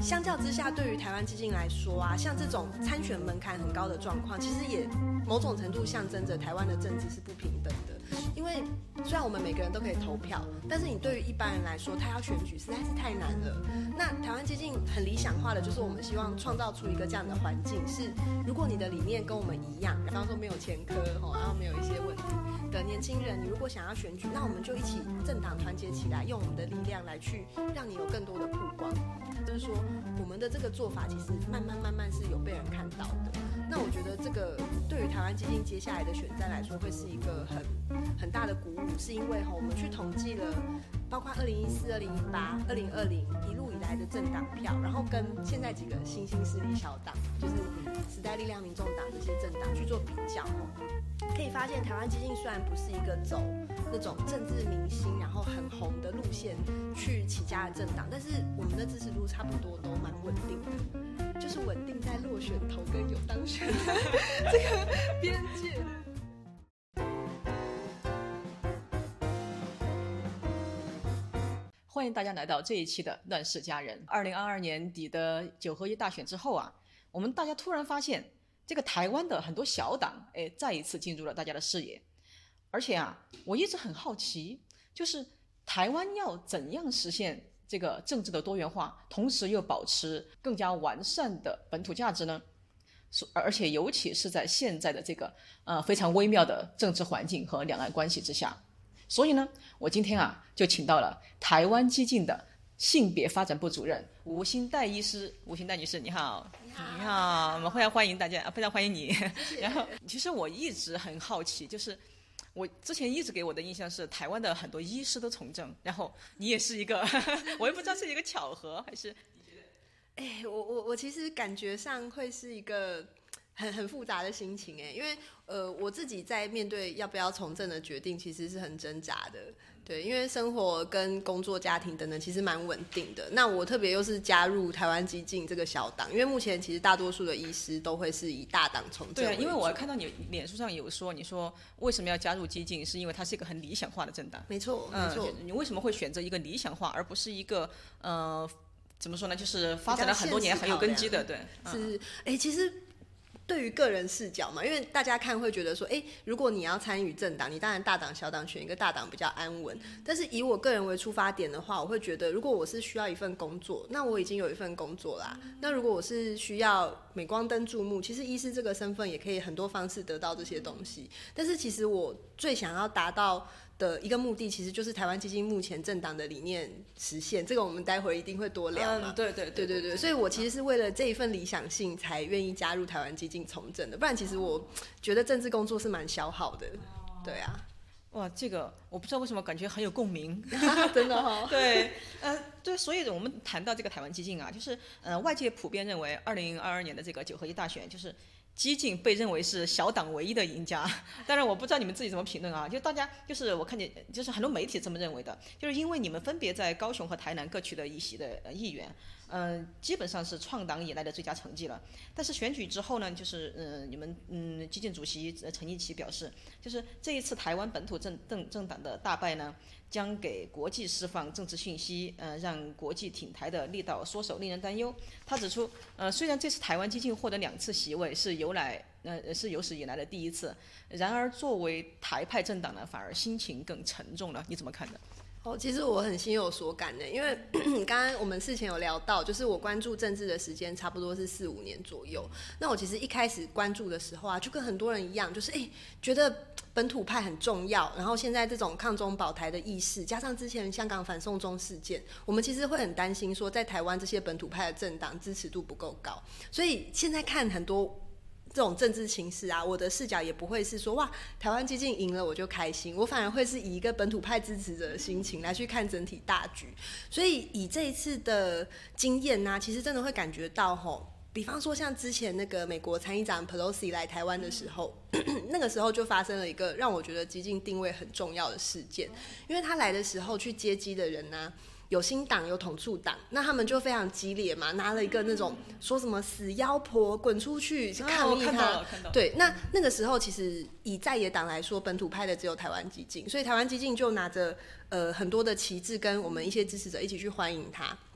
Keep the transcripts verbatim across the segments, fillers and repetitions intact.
相较之下，对于台湾基进来说啊，像这种参选门槛很高的状况，其实也某种程度象征着台湾的政治是不平等的。因为虽然我们每个人都可以投票，但是你对于一般人来说，他要选举实在是太难了。那台湾基进很理想化的，就是我们希望创造出一个这样的环境，是如果你的理念跟我们一样，比方说没有前科，然后没有一些问题的年轻人，你如果想要选举，那我们就一起政党团结起来，用我们的力量来去让你有更多的曝光。就是说，我们的这个做法其实慢慢慢慢是有被人看到的。那我觉得这个对于台湾基进接下来的选战来说，会是一个很很大的鼓舞，是因为我们去统计了，包括二零一四、二零一八、二零二零一路以来的政党票，然后跟现在几个新兴势力小党，就是时代力量、民众党这些政党去做比较，可以发现台湾基进虽然不是一个走那种政治明星然后很红的路线去起家的政党，但是我们的支持度差不多都蛮稳定的，就是稳定在落选头跟有当选的这个边界。 欢迎大家来到这一期的《乱世佳人》。二零二二年底的九合一大选之后啊，我们大家突然发现，这个台湾的很多小党，哎，再一次进入了大家的视野。而且啊，我一直很好奇，就是台湾要怎样实现这个政治的多元化，同时又保持更加完善的本土价值呢？而且尤其是在现在的这个呃非常微妙的政治环境和两岸关系之下。所以呢，我今天啊就请到了台湾基进的性别发展部主任吴欣岱医师。吴欣岱女士，你好。 你好， 你好，我们非常欢迎大家，非常欢迎你。 谢谢。 然后，其实我一直很好奇，就是我之前一直给我的印象是，台湾的很多医师都从政，然后你也是一个，我也不知道是一个巧合还是。 哎、欸，我我我其实感觉上会是一个很很复杂的心情哎、欸，因为呃我自己在面对要不要从政的决定，其实是很挣扎的。对，因为生活跟工作、家庭等等其实蛮稳定的。那我特别又是加入台湾基进这个小党，因为目前其实大多数的医师都会是以大党从政为主。 对，因为我看到你脸书上有说，你说为什么要加入基进，是因为它是一个很理想化的政党。 没错，没错、 嗯。你为什么会选择一个理想化，而不是一个呃怎么说呢？就是发展了很多年很有根基的，对。 是，哎、欸，其实。对于个人视角嘛，因为大家看会觉得说，哎，如果你要参与政党，你当然大党小党选一个大党比较安稳。但是以我个人为出发点的话，我会觉得，如果我是需要一份工作，那我已经有一份工作啦。那如果我是需要镁光灯注目，其实医师这个身份也可以很多方式得到这些东西。但是其实我最想要达到的一个目的，其实就是台湾基进目前政党的理念实现。这个我们待会一定会多聊嘛。 嗯，对对对对对。所以我其实是为了这一份理想性才愿意加入台湾基进从政的，不然其实我觉得政治工作是蛮消耗的。对啊。 哇，这个我不知道为什么感觉很有共鸣。 真的哦。 对，呃，对，所以我们谈到这个台湾基进啊，就是呃，外界普遍认为，二零二二年的这个九合一大选，就是基进被认为是小党唯一的赢家。当然我不知道你们自己怎么评论啊，就大家就是我看见就是很多媒体这么认为的，就是因为你们分别在高雄和台南各取得一席的议员，嗯、呃，基本上是创党以来的最佳成绩了。但是选举之后呢，就是嗯、呃，你们嗯基进主席陈义起表示，就是这一次台湾本土政政政党的大败呢，将给国际释放政治讯息，呃，让国际挺台的力道缩手，令人担忧。他指出，呃，虽然这次台湾基进获得两次席位是由来呃是有史以来的第一次，然而作为台派政党呢，反而心情更沉重了。你怎么看的？ 哦，其实我很心有所感的，因为刚刚我们事前有聊到，就是我关注政治的时间差不多是四五年左右。那我其实一开始关注的时候啊，就跟很多人一样，就是哎觉得本土派很重要，然后现在这种抗中保台的意识，加上之前香港反送中事件，我们其实会很担心说，在台湾这些本土派的政党支持度不够高，所以现在看很多这种政治情势啊，我的视角也不会是说哇台湾基进赢了我就开心，我反而会是以一个本土派支持者的心情来去看整体大局。所以以这一次的经验啊，其实真的会感觉到吼，比方说像之前那个美国参议长 Pelosi 来台湾的时候，那个时候就发生了一个让我觉得基进定位很重要的事件，因为他来的时候去接机的人啊，有新党有统促党，那他们就非常激烈嘛，拿了一个那种说什么死妖婆滚出去抗议他、 哦、 对，那那个时候其实以在野党来说，本土派的只有台湾基进，所以台湾基进就拿着呃很多的旗帜跟我们一些支持者一起去欢迎他。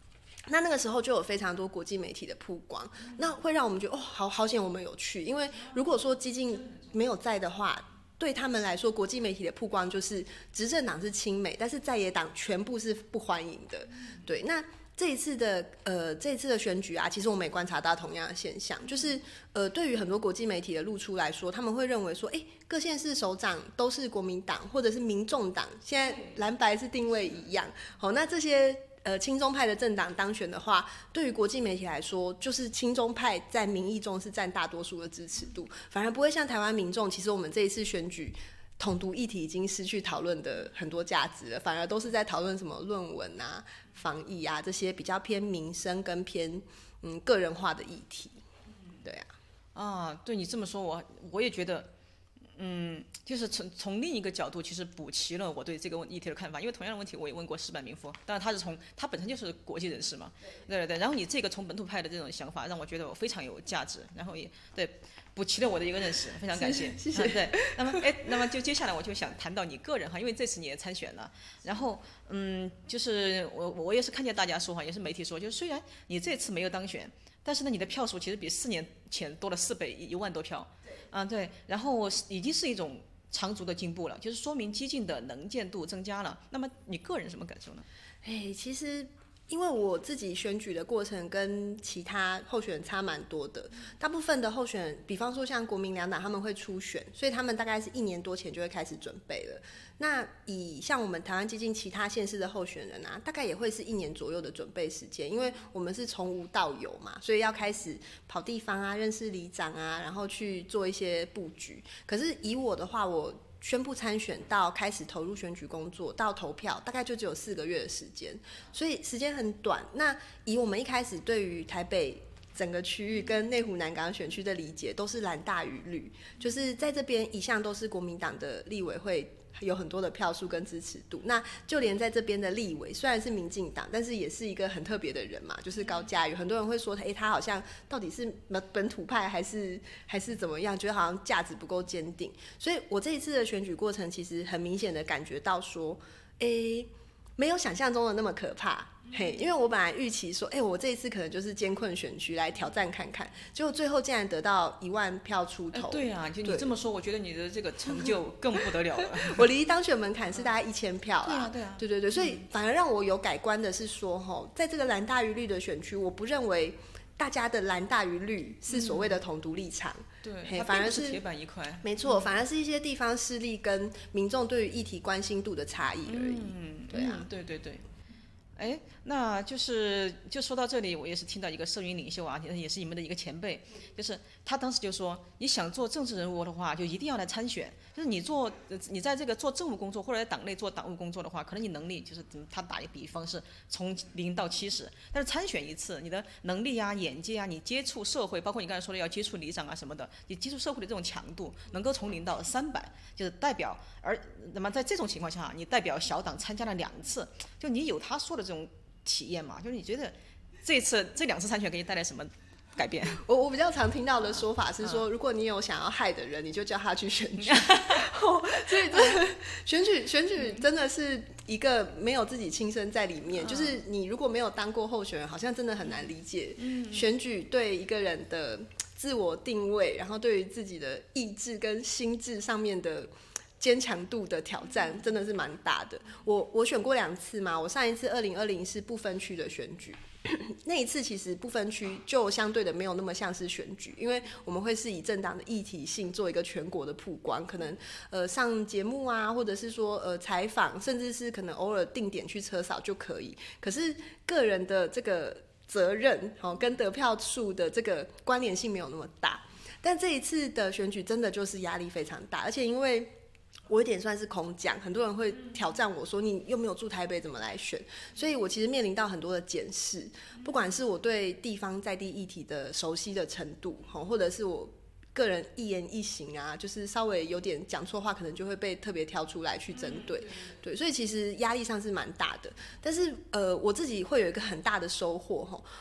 那那个时候就有非常多国际媒体的曝光，那会让我们觉得哦，好好险我们有去，因为如果说激进没有在的话，对他们来说，国际媒体的曝光就是执政党是亲美，但是在野党全部是不欢迎的。对，那这一次的呃这一次的选举啊，其实我们也观察到同样的现象，就是呃对于很多国际媒体的露出来说，他们会认为说，哎，各县市首长都是国民党或者是民众党，现在蓝白是定位一样。好，那这些呃亲中派的政党当选的话，对于国际媒体来说，就是亲中派在民意中是占大多数的支持度，反而不会像台湾民众，其实我们这一次选举统独议题已经失去讨论的很多价值了，反而都是在讨论什么论文啊、防疫啊这些比较偏民生跟偏嗯个人化的议题。对啊， 啊，对你这么说，我我也觉得。嗯，就是从从另一个角度，其实补齐了我对这个议题的看法。因为同样的问题，我也问过石板民夫，当然他是从他本身就是国际人士嘛，对对对。然后你这个从本土派的这种想法，让我觉得我非常有价值，然后也对补齐了我的一个认识，非常感谢， 谢谢。 啊、对，那么哎，那么就接下来我就想谈到你个人哈，因为这次你也参选了，然后嗯，就是我我也是看见大家说哈，也是媒体说，就是虽然你这次没有当选，但是呢，你的票数其实比四年前多了四倍，一万多票。啊，对，然后已经是一种长足的进步了，就是说明激进的能见度增加了。那么你个人什么感受呢？ 哎，其实因为我自己选举的过程跟其他候选人差蛮多的，大部分的候选人，比方说像国民两党，他们会初选，所以他们大概是一年多前就会开始准备了。那以像我们台湾激进其他县市的候选人啊，大概也会是一年左右的准备时间，因为我们是从无到有嘛，所以要开始跑地方啊，认识里长啊，然后去做一些布局。可是以我的话，我宣布参选到开始投入选举工作到投票，大概就只有四个月的时间，所以时间很短。那以我们一开始对于台北整个区域跟内湖南港选区的理解，都是蓝大于绿，就是在这边一向都是国民党的立委会有很多的票数跟支持度，那就连在这边的立委虽然是民进党，但是也是一个很特别的人嘛，就是高嘉瑜。很多人会说，哎、欸，他好像到底是本土派还是还是怎么样，觉得好像价值不够坚定。所以我这一次的选举过程，其实很明显的感觉到说，哎、欸，没有想象中的那么可怕。嘿，因为我本来预期说，哎、欸，我这一次可能就是艰困选区来挑战看看，结果最后竟然得到一万票出头。 欸、对啊，就你这么说，我觉得你的这个成就更不得了了。 我离当选门槛是大概一千票啊。对啊，对啊， 对对对，所以反而让我有改观的是说，吼，在这个蓝大于绿的选区，我不认为大家的蓝大于绿是所谓的统独立场。 嗯、对，反而是铁板一块。 没错，反而是一些地方势力跟民众对于议题关心度的差异而已。 嗯， 对啊， 嗯、对对对。哎，那就是就说到这里，我也是听到一个社运领袖啊，也是你们的一个前辈，就是他当时就说，你想做政治人物的话，就一定要来参选。就是你做你在这个做政务工作或者在党内做党务工作的话，可能你能力就是他打一个比方是从零到七十，但是参选一次，你的能力啊、眼界啊，你接触社会，包括你刚才说的要接触里长啊什么的，你接触社会的这种强度，能够从零到三百，就是代表。而那么在这种情况下，你代表小党参加了两次，就你有他说的这种体验嘛？就是你觉得这次这两次参选给你带来什么改变？ 我我比较常听到的说法是说，如果你有想要害的人，你就叫他去选举。所以这个选举选举真的是一个没有自己亲身在里面，就是你如果没有当过候选人，好像真的很难理解选举对一个人的自我定位，然后对于自己的意志跟心智上面的坚强度的挑战真的是蛮大的。我我选过两次嘛，我上一次二零二零是不分区的选举，那一次其实不分区就相对的没有那么像是选举，因为我们会是以政党的议题性做一个全国的曝光，可能呃上节目啊，或者是说呃采访，甚至是可能偶尔定点去车扫就可以。可是个人的这个责任、哦、跟得票数的这个关联性没有那么大。但这一次的选举真的就是压力非常大，而且因为我有点算是空降，很多人会挑战我说你又没有住台北怎么来选，所以我其实面临到很多的检视，不管是我对地方在地议题的熟悉的程度，或者是我个人一言一行啊，就是稍微有点讲错话可能就会被特别挑出来去针对，对，所以其实压力上是蛮大的。但是呃，我自己会有一个很大的收获，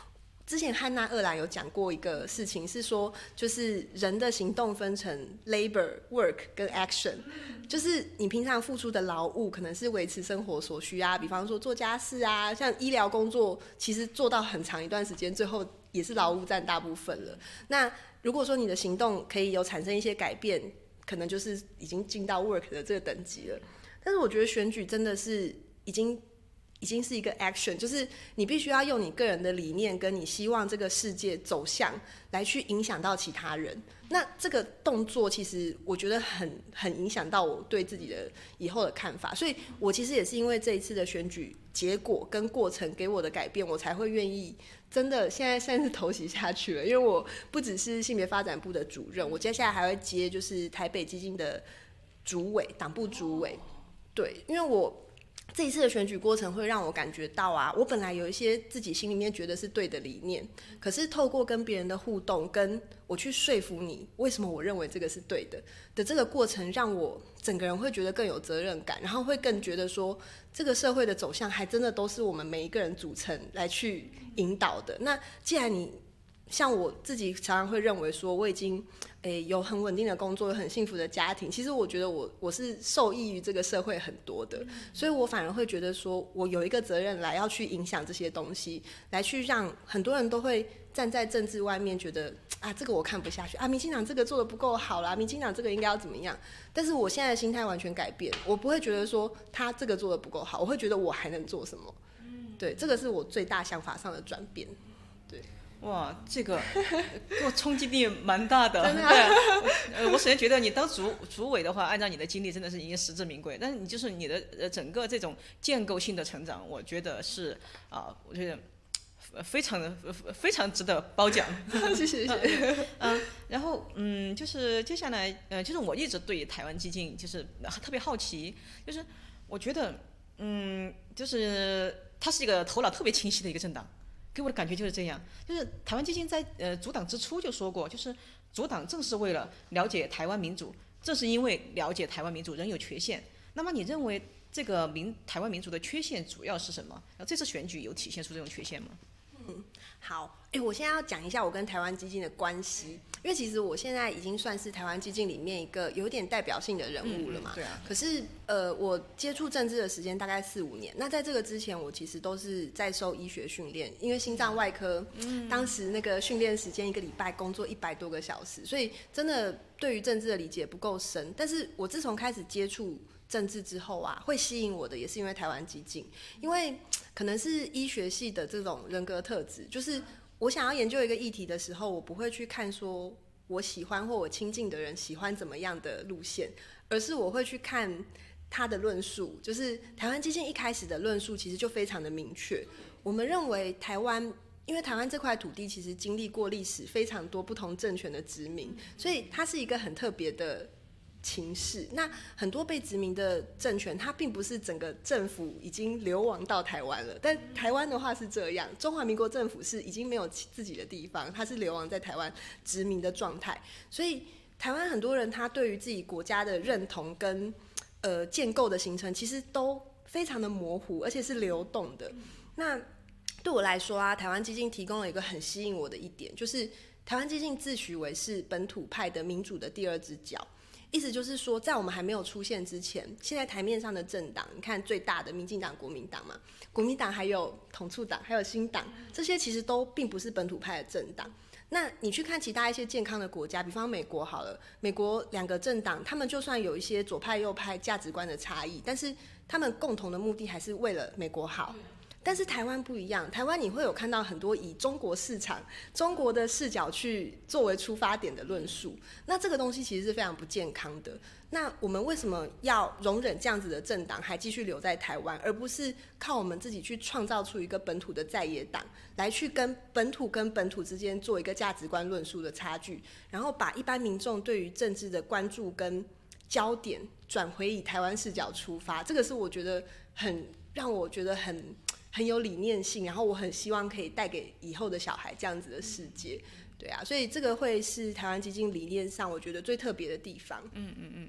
之前汉娜·厄兰有讲过一个事情，是说就是人的行动分成 labor、work 跟 action， 就是你平常付出的劳务可能是维持生活所需啊，比方说做家事啊，像医疗工作，其实做到很长一段时间，最后也是劳务占大部分了。那如果说你的行动可以有产生一些改变，可能就是已经进到 work 的这个等级了。但是我觉得选举真的是已经。已经是一个 action， 就是你必须要用你个人的理念跟你希望这个世界走向来去影响到其他人。那这个动作其实我觉得很很影响到我对自己的以后的看法，所以我其实也是因为这一次的选举结果跟过程给我的改变，我才会愿意真的现在算是投袭下去了。因为我不只是性别发展部的主任，我接下来还会接就是台北基金的主委，党部主委。对，因为我这一次的选举过程会让我感觉到啊，我本来有一些自己心里面觉得是对的理念，可是透过跟别人的互动，跟我去说服你为什么我认为这个是对的的这个过程，让我整个人会觉得更有责任感，然后会更觉得说这个社会的走向还真的都是我们每一个人组成来去引导的。那既然你像我自己常常会认为说我已经诶有很稳定的工作，有很幸福的家庭，其实我觉得我我是受益于这个社会很多的，所以我反而会觉得说我有一个责任来要去影响这些东西，来去让很多人都会站在政治外面觉得啊这个我看不下去啊，民进党这个做得不够好啦，民进党这个应该要怎么样。但是我现在的心态完全改变，我不会觉得说他这个做得不够好，我会觉得我还能做什么。对，这个是我最大想法上的转变。对， 哇，这个给我冲击力蛮大的。 真的啊、 对，呃，我首先觉得你当主主委的话，按照你的经历，真的是已经实至名归。但是你就是你的呃整个这种建构性的成长，我觉得是啊、呃，我觉得非常的非常值得褒奖。 谢谢谢谢。 嗯、呃，然后嗯，就是接下来呃，就是我一直对台湾基进就是特别好奇，就是我觉得嗯，就是它是一个头脑特别清晰的一个政党。给我的感觉就是这样，就是台湾基金在呃组党之初就说过，就是组党正是为了了解台湾民主，正是因为了解台湾民主仍有缺陷。那么你认为这个民台湾民主的缺陷主要是什么？这次选举有体现出这种缺陷吗？ 嗯，好，哎，我现在要讲一下我跟台湾基金的关系，因为其实我现在已经算是台湾基金里面一个有点代表性的人物了嘛。 嗯、对啊。 可是呃，我接触政治的时间大概四五年，那在这个之前，我其实都是在受医学训练，因为心脏外科，嗯、当时那个训练时间一个礼拜工作一百多个小时，所以真的对于政治的理解不够深。但是我自从开始接触政治之后啊，会吸引我的也是因为台湾基进，因为可能是医学系的这种人格特质，就是我想要研究一个议题的时候，我不会去看说我喜欢或我亲近的人喜欢怎么样的路线，而是我会去看他的论述。就是台湾基进一开始的论述其实就非常的明确，我们认为台湾因为台湾这块土地其实经历过历史非常多不同政权的殖民，所以它是一个很特别的情势。那很多被殖民的政权，它并不是整个政府已经流亡到台湾了，但台湾的话是这样，中华民国政府是已经没有自己的地方，它是流亡在台湾殖民的状态。所以台湾很多人他对于自己国家的认同跟呃建构的形成，其实都非常的模糊，而且是流动的。那对我来说啊，台湾基进提供了一个很吸引我的一点，就是台湾基进自诩为是本土派的民主的第二只脚。意思就是说，在我们还没有出现之前，现在台面上的政党，你看最大的民进党、国民党嘛，国民党还有统促党，还有新党，这些其实都并不是本土派的政党。那你去看其他一些健康的国家，比方美国好了，美国两个政党，他们就算有一些左派右派价值观的差异，但是他们共同的目的还是为了美国好。但是台湾不一样，台湾你会有看到很多以中国市场、中国的视角去作为出发点的论述，那这个东西其实是非常不健康的。那我们为什么要容忍这样子的政党还继续留在台湾，而不是靠我们自己去创造出一个本土的在野党，来去跟本土跟本土之间做一个价值观论述的差距，然后把一般民众对于政治的关注跟焦点转回以台湾视角出发？这个是我觉得很让我觉得很很有理念性，然后我很希望可以带给以后的小孩这样子的世界。对啊，所以这个会是台湾基进理念上我觉得最特别的地方。 嗯嗯嗯，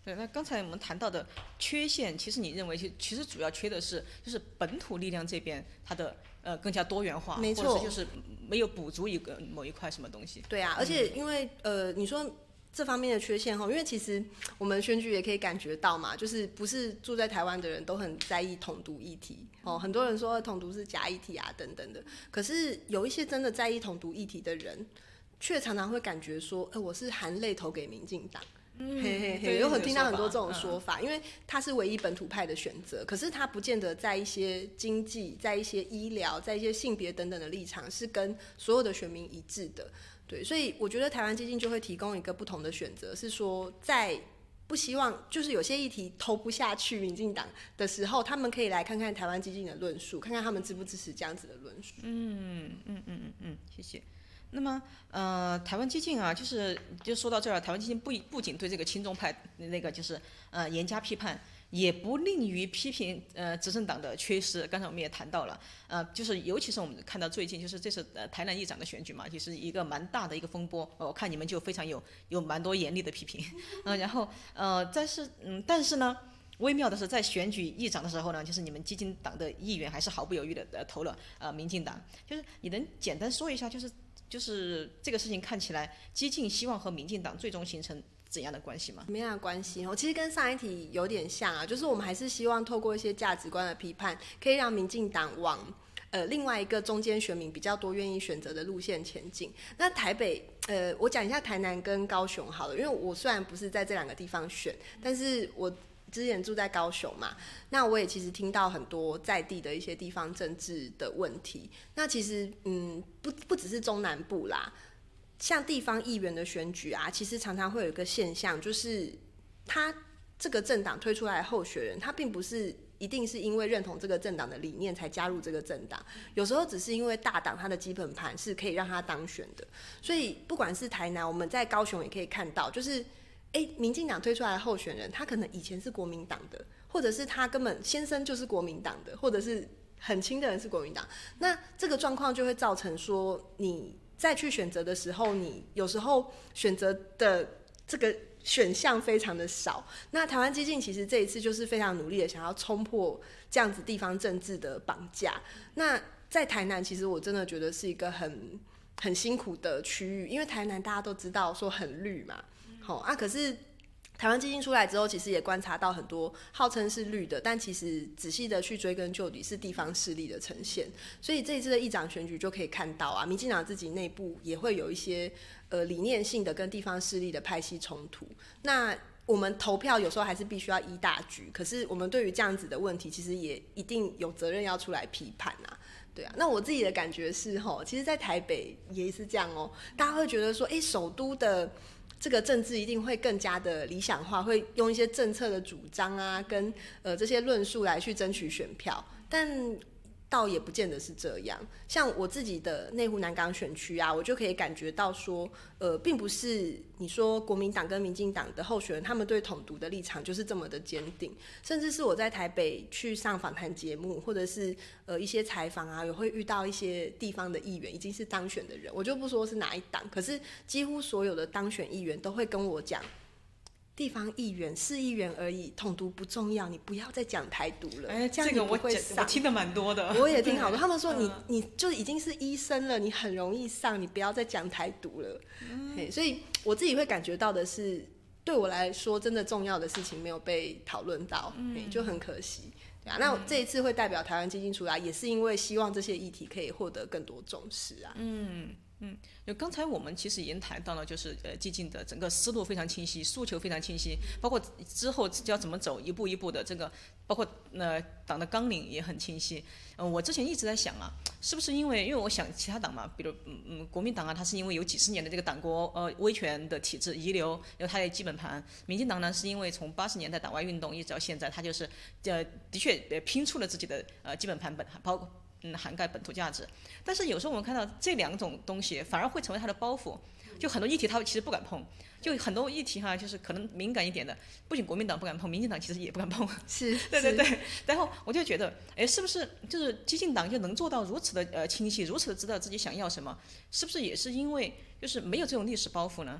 对，那刚才我们谈到的缺陷，其实你认为其其实主要缺的是就是本土力量这边它的呃更加多元化， 没错， 或者是就是没有补足一个某一块什么东西。 对啊，而且因为、嗯、呃你说这方面的缺陷哈，因为其实我们选举也可以感觉到嘛，就是不是住在台湾的人都很在意统独议题哦，很多人说统独是假议题啊等等的，可是有一些真的在意统独议题的人，却常常会感觉说，呃，我是含泪投给民进党。嗯，嘿嘿嘿，有很听到很多这种说法，嗯、因为他是唯一本土派的选择，可是他不见得在一些经济、在一些医疗、在一些性别等等的立场是跟所有的选民一致的。对，所以我觉得台湾基进就会提供一个不同的选择，是说在不希望就是有些议题投不下去民进党的时候，他们可以来看看台湾基进的论述，看看他们支不支持这样子的论述。 嗯嗯嗯嗯嗯，谢谢。那么，呃，台湾基进啊，就是就说到这儿，台湾基进不不仅对这个亲中派那个就是呃严加批判，也不吝于批评呃执政党的缺失。刚才我们也谈到了，呃，就是尤其是我们看到最近就是这次呃台南议长的选举嘛，就是一个蛮大的一个风波。我看你们就非常有有蛮多严厉的批评，嗯、呃，然后呃，但是嗯，但是呢。微妙的是，在选举议长的时候呢，就是你们基进党的议员还是毫不犹豫的呃投了呃民进党。就是你能简单说一下，就是就是这个事情看起来，基进希望和民进党最终形成怎样的关系吗？ 什么样的关系？哦，其实跟上一题有点像啊，就是我们还是希望透过一些价值观的批判，可以让民进党往呃另外一个中间选民比较多愿意选择的路线前进。那台北，呃，我讲一下台南跟高雄好了，因为我虽然不是在这两个地方选，但是我之前住在高雄嘛，那我也其实听到很多在地的一些地方政治的问题。那其实嗯，不不只是中南部啦，像地方议员的选举啊，其实常常会有一个现象，就是他这个政党推出来的候选人，他并不是一定是因为认同这个政党的理念才加入这个政党，有时候只是因为大党他的基本盘是可以让他当选的。所以不管是台南，我们在高雄也可以看到，就是哎，民进党推出来的候选人，他可能以前是国民党的，或者是他根本先生就是国民党的，或者是很亲的人是国民党。那这个状况就会造成说，你再去选择的时候，你有时候选择的这个选项非常的少。那台湾基进其实这一次就是非常努力的想要冲破这样子地方政治的绑架。那在台南，其实我真的觉得是一个很很辛苦的区域，因为台南大家都知道说很绿嘛。好啊，可是台湾基进出来之后，其实也观察到很多号称是绿的，但其实仔细的去追根究底是地方势力的呈现。所以这一次的议长选举就可以看到啊，民进党自己内部也会有一些呃理念性的跟地方势力的派系冲突。那我们投票有时候还是必须要依大局，可是我们对于这样子的问题，其实也一定有责任要出来批判啊。对啊，那我自己的感觉是吼，其实在台北也是这样哦，大家会觉得说，哎，首都的这个政治一定会更加的理想化，会用一些政策的主张啊，跟呃这些论述来去争取选票，但倒也不见得是这样。像我自己的内湖南港选区啊，我就可以感觉到说，呃，并不是你说国民党跟民进党的候选人，他们对统独的立场就是这么的坚定，甚至是我在台北去上访谈节目，或者是呃一些采访啊，也会遇到一些地方的议员已经是当选的人，我就不说是哪一党，可是几乎所有的当选议员都会跟我讲，地方议员、市议员而已，统独不重要，你不要再讲台独了。 哎， 这样你不会上。 这个我, 我听得蛮多的， 我也听好多。他们说你、嗯、你就已经是医生了，你很容易上，你不要再讲台独了。嗯、所以我自己会感觉到的是，对我来说真的重要的事情没有被讨论到、嗯，就很可惜。对啊，那我这一次会代表台湾基进出来，也是因为希望这些议题可以获得更多重视啊。 嗯。嗯，就刚才我们其实已经谈到了，就是呃，基进的整个思路非常清晰，诉求非常清晰，包括之后要怎么走，一步一步的这个，包括呃党的纲领也很清晰。嗯、呃，我之前一直在想啊，是不是因为因为我想其他党嘛，比如嗯嗯国民党啊，它是因为有几十年的这个党国呃威权的体制遗留，有它的基本盘；民进党呢，是因为从八十年代党外运动一直到现在，它就是呃的确呃拼出了自己的呃基本盘本，包括。嗯，涵盖本土价值，但是有时候我们看到这两种东西反而会成为它的包袱，就很多议题它其实不敢碰，就很多议题哈，就是可能敏感一点的，不仅国民党不敢碰，民进党其实也不敢碰， 是， 对对对。然后我就觉得，哎，是不是就是基进党就能做到如此的呃清晰，如此的知道自己想要什么，是不是也是因为就是没有这种历史包袱呢？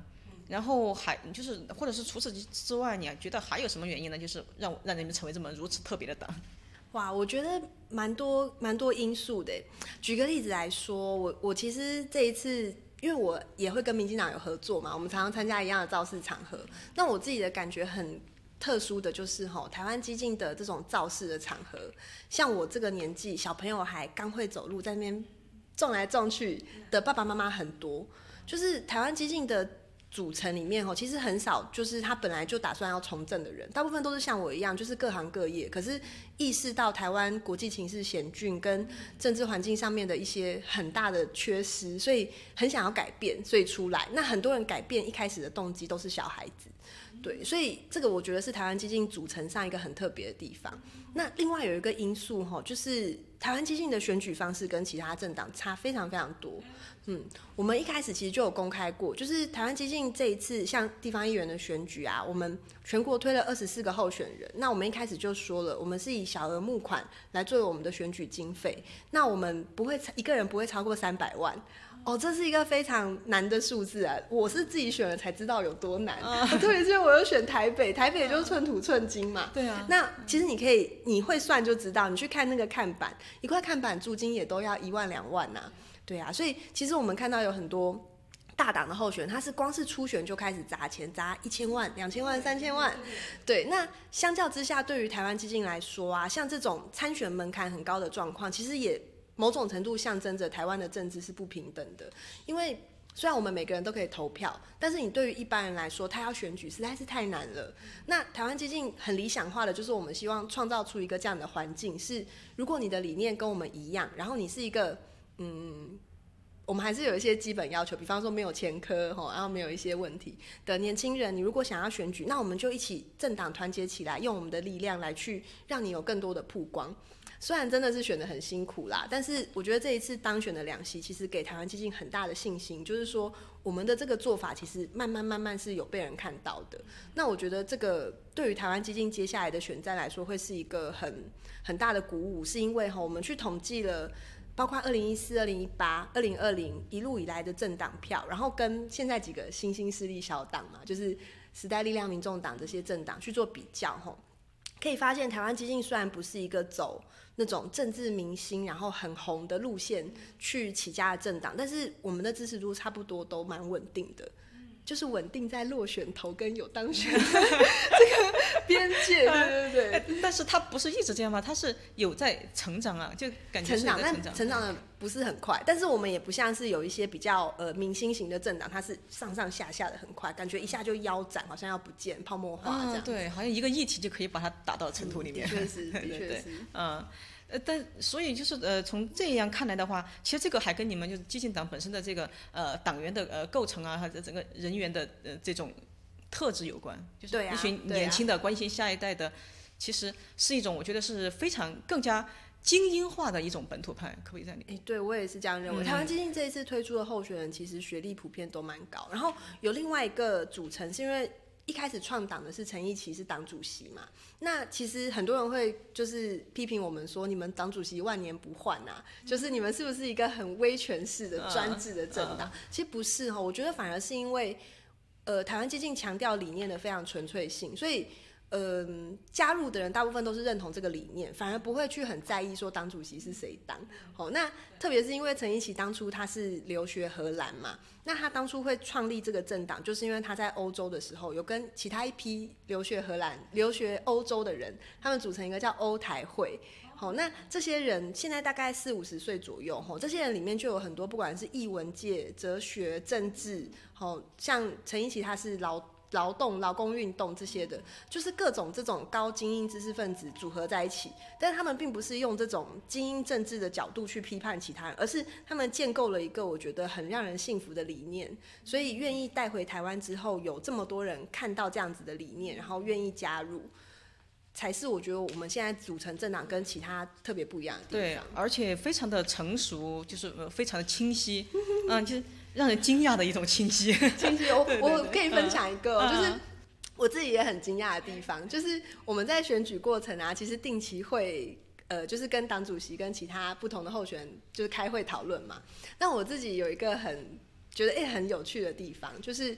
然后还就是或者是除此之外，你觉得还有什么原因呢？就是让让你们成为这么如此特别的党？ 哇，我觉得蛮多蛮多因素的。举个例子来说，我我其实这一次，因为我也会跟民进党有合作嘛，我们常常参加一样的造势场合。那我自己的感觉很特殊的就是吼，台湾基进的这种造势的场合，像我这个年纪，小朋友还刚会走路，在那边撞来撞去的爸爸妈妈很多。就是台湾基进的组成里面，其实很少就是他本来就打算要从政的人，大部分都是像我一样，就是各行各业，可是意识到台湾国际情势险峻跟政治环境上面的一些很大的缺失，所以很想要改变，所以出来。那很多人改变一开始的动机都是小孩子，对，所以这个我觉得是台湾基进组成上一个很特别的地方。那另外有一个因素就是台湾基进的选举方式跟其他政党差非常非常多。嗯，我们一开始其实就有公开过，就是台湾基进这一次像地方议员的选举啊，我们全国推了二十四个候选人。那我们一开始就说了，我们是以小额募款来作为我们的选举经费，那我们不会一个人不会超过三百万。哦，这是一个非常难的数字啊！我是自己选了才知道有多难，啊、特别是我又选台北，台北就是寸土寸金嘛。 对啊。 那其实你可以，你会算就知道，你去看那个看板，一块看板租金也都要一万两万呐、啊。对啊，所以其实我们看到有很多大党的候选人，他是光是初选就开始砸钱，砸一千万、两千万、三千万。对，那相较之下，对于台湾基进来说啊，像这种参选门槛很高的状况，其实也某种程度象征着台湾的政治是不平等的。因为虽然我们每个人都可以投票，但是你对于一般人来说，他要选举实在是太难了。那台湾基进很理想化的，就是我们希望创造出一个这样的环境，是如果你的理念跟我们一样，然后你是一个嗯，我们还是有一些基本要求，比方说没有前科，然后没有一些问题的年轻人，你如果想要选举，那我们就一起政党团结起来，用我们的力量来去让你有更多的曝光。虽然真的是选得很辛苦啦，但是我觉得这一次当选的两席，其实给台湾基进很大的信心，就是说我们的这个做法其实慢慢慢慢是有被人看到的。那我觉得这个对于台湾基进接下来的选战来说，会是一个很很大的鼓舞，是因为我们去统计了。包括二零一四、二零一八、二零二零一路以来的政党票，然后跟现在几个新兴势力小党嘛，就是时代力量、民众党这些政党去做比较，可以发现台湾基进虽然不是一个走那种政治明星然后很红的路线去起家的政党，但是我们的支持度差不多都蛮稳定的。就是稳定在落选头跟有当选的这个边界，对对对。 但是它不是一直这样吗？它是有在成长啊，就感觉是有在成长。 但成长的不是很快，但是我们也不像是有一些比较呃明星型的政党，它是上上下下的很快，感觉一下就腰斩，好像要不见，泡沫化这样、啊。 对，好像一个议题就可以把它打到尘土里面。 的确是，的确是。 嗯。呃，但所以就是呃，从这样看来的话，其实这个还跟你们就是基进党本身的这个呃党员的呃构成啊，或者整个人员的呃这种特质有关。就是一群年轻的、啊、关心下一代的，其实是一种我觉得是非常更加精英化的一种本土派，可不可以在里面？ 欸、对，我也是这样认为。嗯、台湾基进这一次推出的候选人，其实学历普遍都蛮高，然后有另外一个组成是因为。一开始创党的是陈奕奇，是党主席嘛？那其实很多人会就是批评我们说，你们党主席万年不换啊，就是你们是不是一个很威权式的专制的政党？其实不是哈，我觉得反而是因为，呃，台湾基进强调理念的非常纯粹性，所以。嗯、呃，加入的人大部分都是认同这个理念，反而不会去很在意说党主席是谁当。好、哦，那特别是因为陈奕奇当初他是留学荷兰嘛，那他当初会创立这个政党，就是因为他在欧洲的时候有跟其他一批留学荷兰、留学欧洲的人，他们组成一个叫欧台会。好，那这些人现在大概四五十岁左右，这些人里面就有很多，不管是艺文界、哲学、政治，像陈奕奇他是劳。劳动、劳工运动这些的，就是各种这种高精英知识分子组合在一起，但是他们并不是用这种精英政治的角度去批判其他人，而是他们建构了一个我觉得很让人信服的理念，所以愿意带回台湾之后，有这么多人看到这样子的理念，然后愿意加入，才是我觉得我们现在组成政党跟其他特别不一样的地方。 对，而且非常的成熟，就是非常的清晰，嗯，就是。让人惊讶的一种清晰， 清晰。我我可以分享一个、哦，就是我自己也很惊讶的地方，就是我们在选举过程啊，其实定期会呃，就是跟党主席跟其他不同的候选人就是开会讨论嘛。那我自己有一个很觉得哎、欸、很有趣的地方，就是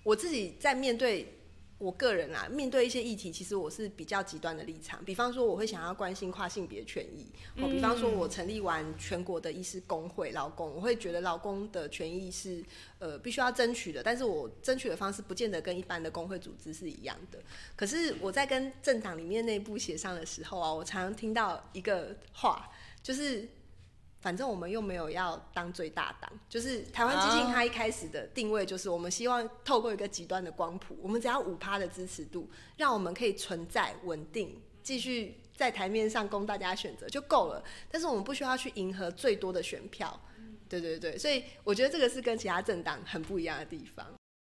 我自己在面对我个人啊，面对一些议题，其实我是比较极端的立场。比方说，我会想要关心跨性别权益。哦，比方说，我成立完全国的医师工会，劳工，我会觉得劳工的权益是呃必须要争取的，但是我争取的方式不见得跟一般的工会组织是一样的。可是我在跟政党里面内部协商的时候啊，我常常听到一个话，就是反正我们又没有要当最大党，就是台湾基进它一开始的定位就是我们希望透过一个极端的光谱，我们只要五趴的支持度，让我们可以存在稳定，继续在台面上供大家选择就够了。但是我们不需要去迎合最多的选票，对对对，所以我觉得这个是跟其他政党很不一样的地方。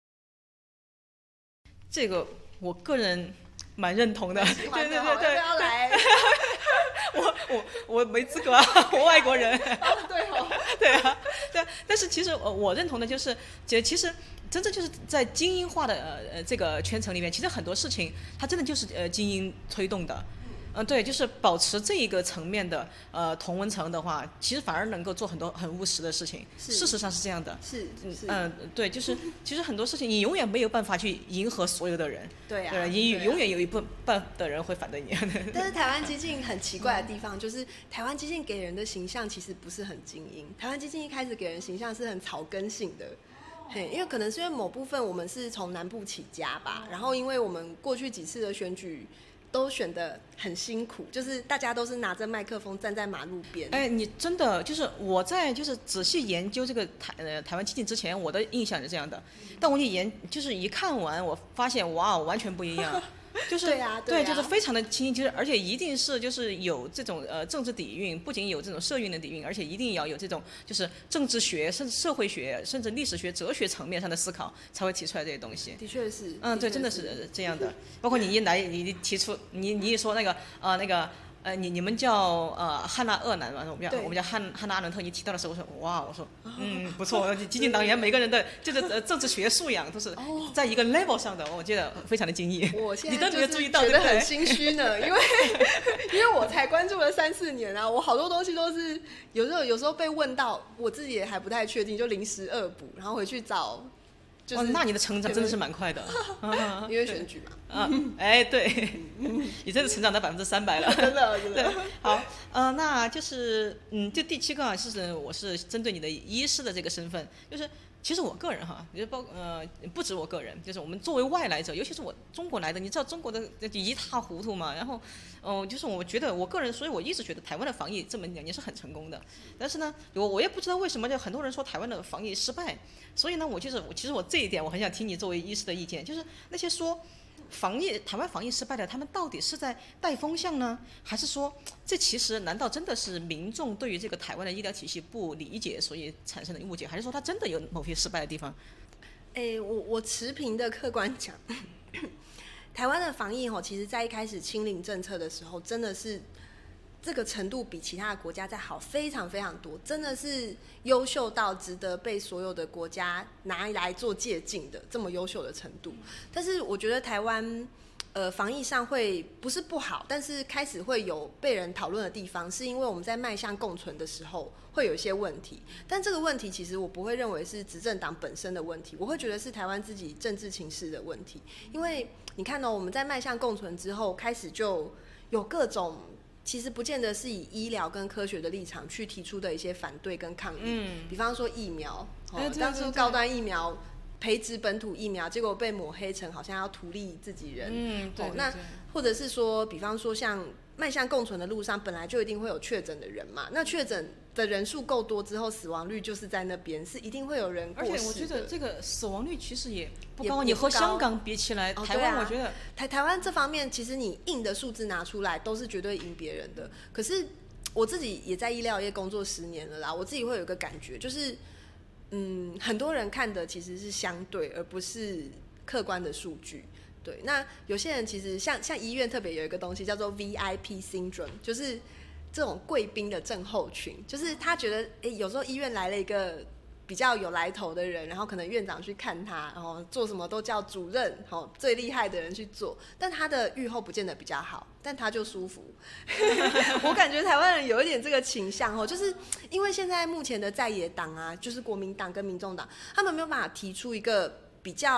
这个我个人蛮认同的， 喜欢的， 对对对对， 要不要来？ 我我我没资格啊，我外国人。 哦，对哦， 对啊，对啊。但是其实我我认同的就是，其实真正就是在精英化的呃呃这个圈层里面，其实很多事情它真的就是呃精英推动的。嗯、呃，对，就是保持这一个层面的呃同温层的话，其实反而能够做很多很务实的事情。事实上是这样的。 是是。 嗯、呃，对，就是其实很多事情你永远没有办法去迎合所有的人。 对啊。 对，你永远有一部分的人会反对你。 但是台湾基进很奇怪的地方，就是台湾基进给人的形象其实不是很精英。台湾基进一开始给人形象是很草根性的。嘿，因为可能是因为某部分我们是从南部起家吧，然后因为我们过去几次的选举都选得很辛苦，就是大家都是拿着麦克风站在马路边。 哎，你真的就是我在就是仔细研究这个台呃台湾基进之前，我的印象是这样的，但我一研就是一看完，我发现哇，完全不一样。就是对啊，对啊， 对，就是非常的清晰，就是而且一定是就是有这种呃政治底蕴，不仅有这种社运的底蕴，而且一定要有这种就是政治学、甚至社会学、甚至历史学、哲学层面上的思考，才会提出来这些东西。 的确是， 嗯，对，真的是这样的。包括你一来，你提出你你一说那个呃那个。呃，你你们叫呃汉娜鄂兰嘛？我们叫我们叫汉汉娜阿伦特。你提到的时候，我说哇，我说嗯不错，激进党员每个人的就是呃政治学素养都是在一个 level 上的，我觉得非常的惊异。 我现在你都没有注意到， 觉得很心虚呢，因为因为我才关注了三四年啊，我好多东西都是有时候有时候被问到，我自己也还不太确定，就临时恶补，然后回去找。就是、 哦，那你的成长真的是蛮快的， 因为选举嘛。 啊，哎，对，你真的成长到百分之三百了， 真的，真的。 好，呃，那就是嗯，这第七个啊，是我是针对你的医师的这个身份，就是其实我个人哈，就包呃不止我个人，就是我们作为外来者，尤其是我中国来的，你知道中国的一塌糊涂嘛，然后。哦、呃，就是我觉得我个人，所以我一直觉得台湾的防疫这么两年是很成功的。但是呢，我我也不知道为什么，就很多人说台湾的防疫失败。所以呢，我就是其实我这一点我很想听你作为医师的意见，就是那些说防疫台湾防疫失败的，他们到底是在带风向呢，还是说这其实难道真的是民众对于这个台湾的医疗体系不理解，所以产生的误解，还是说他真的有某些失败的地方？ 哎，我我持平的客观讲。台湾的防疫吼，其实在一开始清零政策的时候，真的是这个程度比其他的国家在好非常非常多，真的是优秀到值得被所有的国家拿来做借鉴的这么优秀的程度。但是我觉得台湾呃防疫上会不是不好，但是开始会有被人讨论的地方，是因为我们在迈向共存的时候会有一些问题。但这个问题其实我不会认为是执政党本身的问题，我会觉得是台湾自己政治情势的问题。因为你看哦，我们在迈向共存之后，开始就有各种其实不见得是以医疗跟科学的立场去提出的一些反对跟抗议。嗯，比方说疫苗，哦，当初高端疫苗培植本土疫苗，结果被抹黑成好像要图利自己人。 嗯，对, 对, 对、哦。 那或者是说，比方说像迈向共存的路上，本来就一定会有确诊的人嘛。那确诊的人数够多之后，死亡率就是在那边，是一定会有人过世的。 而且我觉得这个死亡率其实也不高， 也不高， 你和香港比起来， 哦、 台湾我觉得、 啊、台台湾这方面，其实你硬的数字拿出来都是绝对赢别人的。可是我自己也在医疗业工作十年了啦，我自己会有一个感觉，就是嗯，很多人看的其实是相对，而不是客观的数据。对，那有些人其实像像医院特别有一个东西叫做 V I P syndrome， 就是这种贵宾的症候群，就是他觉得哎，有时候医院来了一个比较有来头的人，然后可能院长去看他，然后做什么都叫主任，哦，最厉害的人去做，但他的预后不见得比较好，但他就舒服。我感觉台湾人有一点这个倾向哦，就是因为现在目前的在野党啊，就是国民党跟民众党，他们没有办法提出一个比较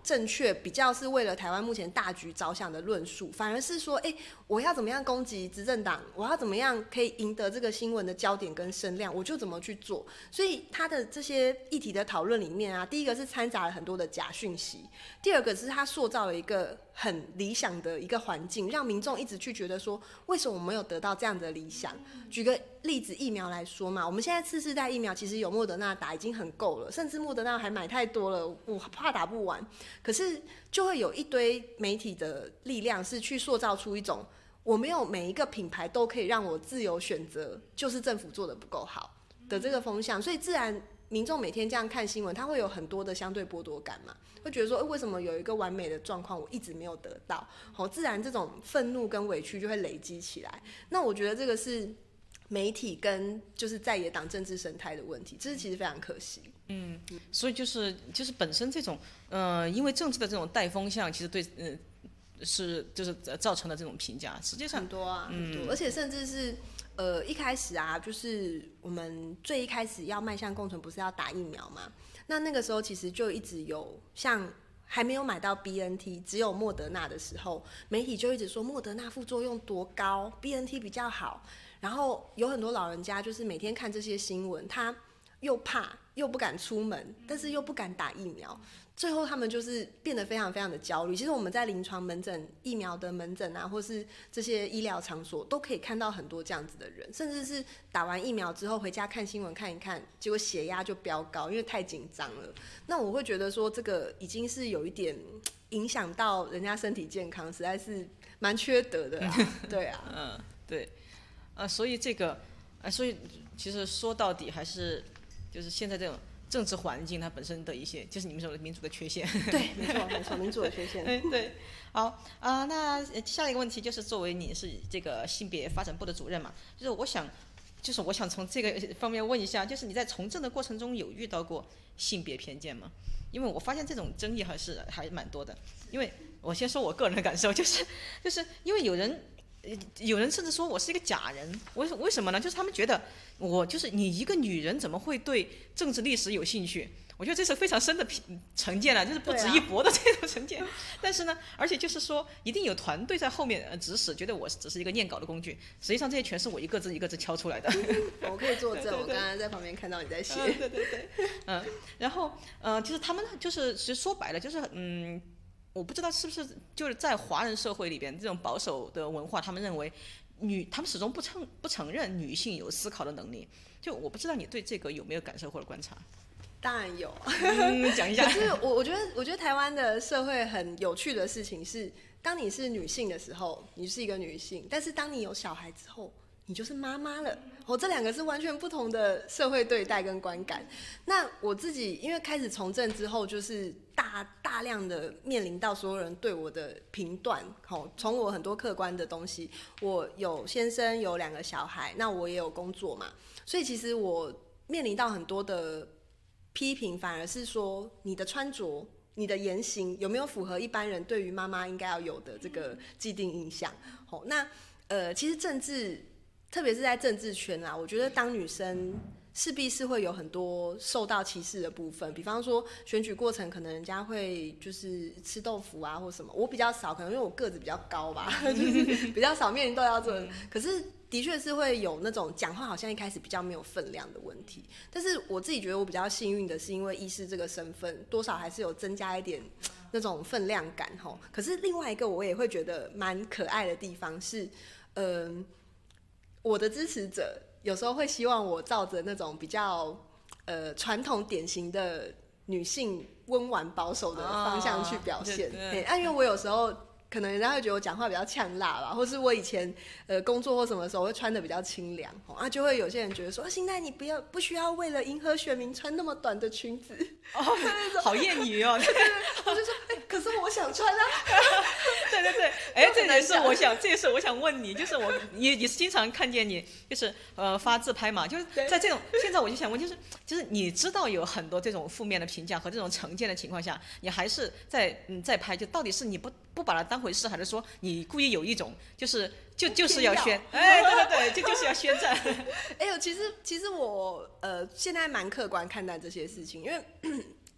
正确，比较是为了台湾目前大局着想的论述，反而是说，哎，我要怎么样攻击执政党，我要怎么样可以赢得这个新闻的焦点跟声量，我就怎么去做。所以他的这些议题的讨论里面啊，第一个是掺杂了很多的假讯息，第二个是他塑造了一个很理想的一个环境，让民众一直去觉得说，为什么我没有得到这样的理想？举个例子，疫苗来说嘛，我们现在次世代疫苗其实有莫德纳打已经很够了，甚至莫德纳还买太多了，我怕打不完。可是就会有一堆媒体的力量是去塑造出一种，我没有每一个品牌都可以让我自由选择，就是政府做的不够好的这个风向，所以自然民众每天这样看新闻，他会有很多的相对剥夺感嘛，会觉得说，欸，为什么有一个完美的状况我一直没有得到？好，自然这种愤怒跟委屈就会累积起来。那我觉得这个是媒体跟就是在野党政治生态的问题，这是其实非常可惜。 嗯，所以就是就是本身这种呃，因为政治的这种带风向，其实对呃是就是造成的这种评价，实际上很多啊， 嗯， 很多，而且甚至是呃一开始啊，就是我们最一开始要迈向共存，不是要打疫苗嘛？那那个时候其实就一直有像。还没有买到 B N T， 只有莫德纳的时候，媒体就一直说莫德纳副作用多高 ，B N T 比较好。然后有很多老人家就是每天看这些新闻，他又怕又不敢出门，但是又不敢打疫苗，最后他们就是变得非常非常的焦虑。其实我们在临床门诊、疫苗的门诊啊，或是这些医疗场所，都可以看到很多这样子的人，甚至是打完疫苗之后回家看新闻看一看，结果血压就飙高，因为太紧张了。那我会觉得说，这个已经是有一点影响到人家身体健康，实在是蛮缺德的啊。对啊， 嗯，对，啊，所以这个，啊，所以其实说到底还是就是现在这种政治环境它本身的一些，就是你们说的民主的缺陷。 对，没错没错，民主的缺陷。 嗯，对。好啊，呃，那下一个问题就是作为你是这个性别发展部的主任嘛，就是我想，就是我想从这个方面问一下，就是你在从政的过程中有遇到过性别偏见吗？因为我发现这种争议还是还蛮多的。因为我先说我个人的感受，就是就是因为有人。有人甚至说我是一个假人，为为什么呢？就是他们觉得我就是你一个女人怎么会对政治历史有兴趣？我觉得这是非常深的成见了，就是不值一驳的这种成见。啊，但是呢，而且就是说一定有团队在后面指使，觉得我只是一个念稿的工具。实际上这些全是我一个字一个字敲出来的。 我可以作证，我刚刚在旁边看到你在写。 嗯，对对对，嗯，然后呃，就是他们就是其实说白了就是嗯。我不知道是不是就是在华人社会里边这种保守的文化，他们认为女，他们始终不承不承认女性有思考的能力。就我不知道你对这个有没有感受或者观察？ 当然有， 嗯，讲一下。 可是我我觉得，我觉得台湾的社会很有趣的事情是，当你是女性的时候，你是一个女性；但是当你有小孩之后，你就是妈妈了。哦，这两个是完全不同的社会对待跟观感。那我自己因为开始从政之后，就是大大量的面临到所有人对我的评断。哦，从我很多客观的东西，我有先生，有两个小孩，那我也有工作嘛，所以其实我面临到很多的批评，反而是说你的穿着、你的言行有没有符合一般人对于妈妈应该要有的这个既定印象。哦，那呃，其实政治。特别是在政治圈啊，我觉得当女生势必是会有很多受到歧视的部分，比方说选举过程可能人家会就是吃豆腐啊或什么，我比较少，可能因为我个子比较高吧，就是比较少面临到要这，可是的确是会有那种讲话好像一开始比较没有分量的问题。但是我自己觉得我比较幸运的是，因为医师这个身份，多少还是有增加一点那种分量感吼。可是另外一个我也会觉得蛮可爱的地方是，嗯、呃。我的支持者有时候会希望我照着那种比较呃传统典型的女性温婉保守的方向去表现。对，啊，因为我有时候可能人家会觉得我讲话比较呛辣吧，或是我以前呃工作或什么时候会穿的比较清凉，啊，就会有些人觉得说，啊，欣奈你不要不需要为了迎合选民穿那么短的裙子。 哦，好艳女哦。 对对对，我就说，哎、欸，可是我想穿啊。 对对对，哎、欸，这也是我想，这也是我想问你，就是我也也是经常看见你，就是呃发自拍嘛，就是在这种现在我就想问，就是就是你知道有很多这种负面的评价和这种成见的情况下，你还是在嗯在拍，就到底是你不不把它当回事，还是说你故意有一种就是就就是要宣，哎，对对对，就就是要宣战。 哎呦，其实其实我呃现在蛮客观看待这些事情，因为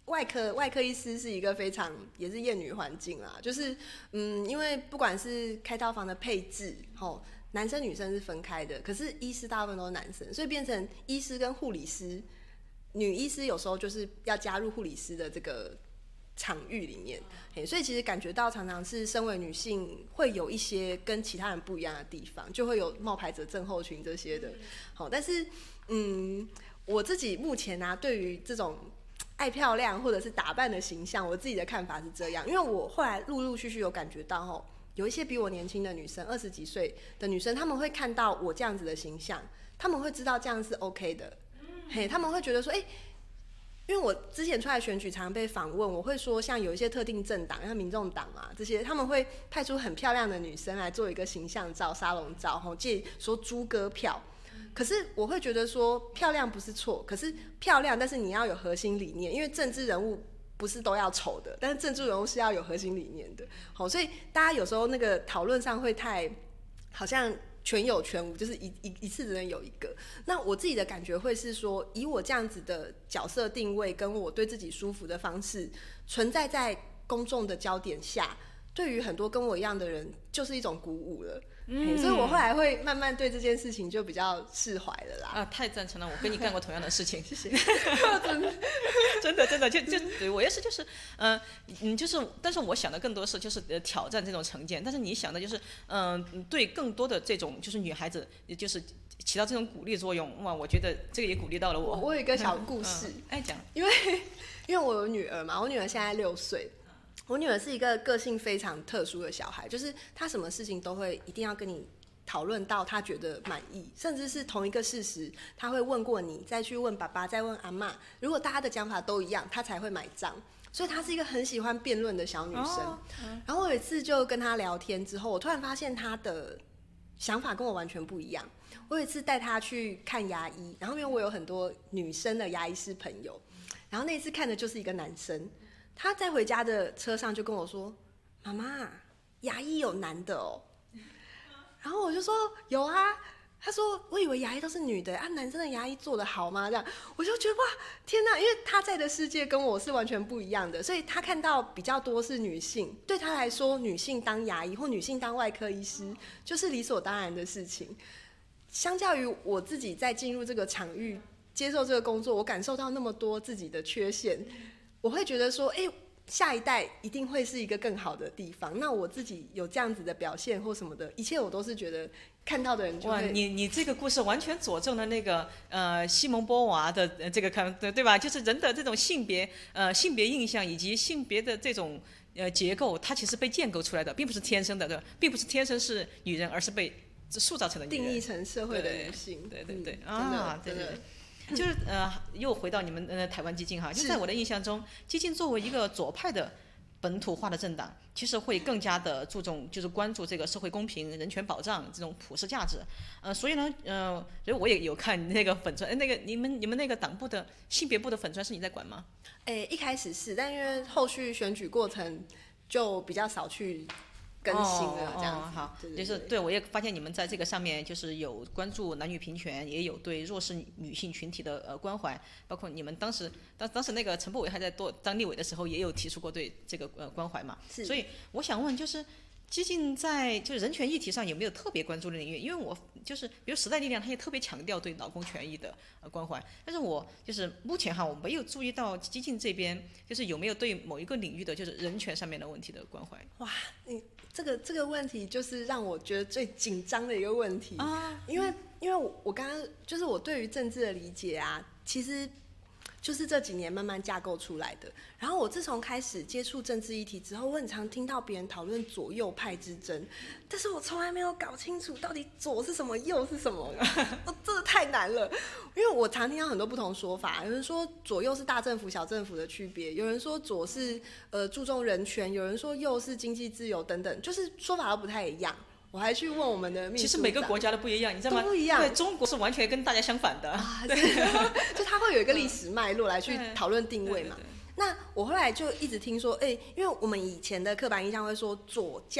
外科外科医师是一个非常也是厌女环境啦，就是嗯，因为不管是开刀房的配置，吼，男生女生是分开的，可是医师大部分都是男生，所以变成医师跟护理师，女医师有时候就是要加入护理师的这个场域里面，所以其实感觉到常常是身为女性会有一些跟其他人不一样的地方，就会有冒牌者症候群这些的。好，但是嗯，我自己目前啊，对于这种爱漂亮或者是打扮的形象，我自己的看法是这样，因为我后来陆陆续续有感觉到吼，有一些比我年轻的女生，二十几岁的女生，她们会看到我这样子的形象，她们会知道这样是 OK 的，嘿，她们会觉得说，哎、欸，因为我之前出来选举，常常被访问，我会说，像有一些特定政党，像民众党啊这些，他们会派出很漂亮的女生来做一个形象照、沙龙照，吼，借说猪哥票。可是我会觉得说漂亮不是错，可是漂亮，但是你要有核心理念，因为政治人物不是都要丑的，但是政治人物是要有核心理念的。好，所以大家有时候那个讨论上会太好像全有全无，就是一一一次只能有一个。那我自己的感觉会是说，以我这样子的角色定位，跟我对自己舒服的方式，存在在公众的焦点下，对于很多跟我一样的人，就是一种鼓舞了。嗯，所以我后来会慢慢对这件事情就比较释怀了啦。 啊，太赞成了！我跟你干过同样的事情， 谢谢。 真的真的就就对我也是，就是嗯嗯，就是，但是我想的更多是就是呃挑战这种成见，但是你想的就是嗯、呃、对更多的这种就是女孩子就是起到这种鼓励作用。哇，我觉得这个也鼓励到了我。 我, 我有一个小故事， 嗯嗯、哎讲， 因为因为我有女儿嘛，我女儿现在六岁。我女儿是一个个性非常特殊的小孩，就是她什么事情都会一定要跟你讨论到她觉得满意，甚至是同一个事实，她会问过你，再去问爸爸，再问阿嬷，如果大家的讲法都一样，她才会买账。所以她是一个很喜欢辩论的小女生。哦嗯、然后我有一次就跟她聊天之后，我突然发现她的想法跟我完全不一样。我有一次带她去看牙医，然后因为我有很多女生的牙医师朋友，然后那一次看的就是一个男生。他在回家的车上就跟我说：“妈妈，牙医有男的哦。”然后我就说：“有啊。”他说：“我以为牙医都是女的啊，男生的牙医做得好吗？”这样我就觉得哇，天哪！因为他在的世界跟我是完全不一样的，所以他看到比较多是女性，对他来说，女性当牙医或女性当外科医师就是理所当然的事情。相较于我自己在进入这个场域接受这个工作，我感受到那么多自己的缺陷。我会觉得说，哎、欸，下一代一定会是一个更好的地方。那我自己有这样子的表现或什么的，一切我都是觉得看到的人就会。哇， 你你这个故事完全佐证了那个呃西蒙波娃的这个看对对吧？就是人的这种性别呃性别印象以及性别的这种呃结构，它其实被建构出来的，并不是天生的，对吧？并不是天生是女人，而是被塑造成的女人， 定义成社会的女性。 对对 对, 对, 对、 嗯、 啊，对对对。就是呃，又回到你们呃台湾基进哈，就在我的印象中，基进作为一个左派的本土化的政党，其实会更加的注重就是关注这个社会公平、人权保障这种普世价值。呃，所以呢，呃，所以我也有看那个粉专，那个你们你们那个党部的性别部的粉专是你在管吗？ 诶，一开始是，但因为后续选举过程就比较少去更新了，这样子。 哦哦、好， 对对对， 就是对我也发现你们在这个上面就是有关注男女平权，也有对弱势女性群体的呃关怀，包括你们当时当当时那个陈柏伟还在做当立委的时候，也有提出过对这个呃关怀嘛。所以我想问，就是基进在就是人权议题上有没有特别关注的领域？因为我就是比如时代力量，他也特别强调对劳工权益的呃关怀，但是我就是目前哈，我没有注意到基进这边就是有没有对某一个领域的就是人权上面的问题的关怀。 哇，你这个这个问题就是让我觉得最紧张的一个问题啊，因为因为我我刚刚就是我对于政治的理解啊，其实就是这几年慢慢架构出来的。然后我自从开始接触政治议题之后，我很常听到别人讨论左右派之争，但是我从来没有搞清楚到底左是什么，右是什么，哦，真的太难了。因为我常听到很多不同说法，有人说左右是大政府小政府的区别，有人说左是呃注重人权，有人说右是经济自由等等，就是说法都不太一样。我还去问我们的秘书长， 其实每个国家都不一样，你知道吗？ 都不一样。 对，中国是完全跟大家相反的。 啊，对，就它会有一个历史脉络来去讨论定位嘛。那我后来就一直听说，哎、欸，因为我们以前的刻板印象会说左交，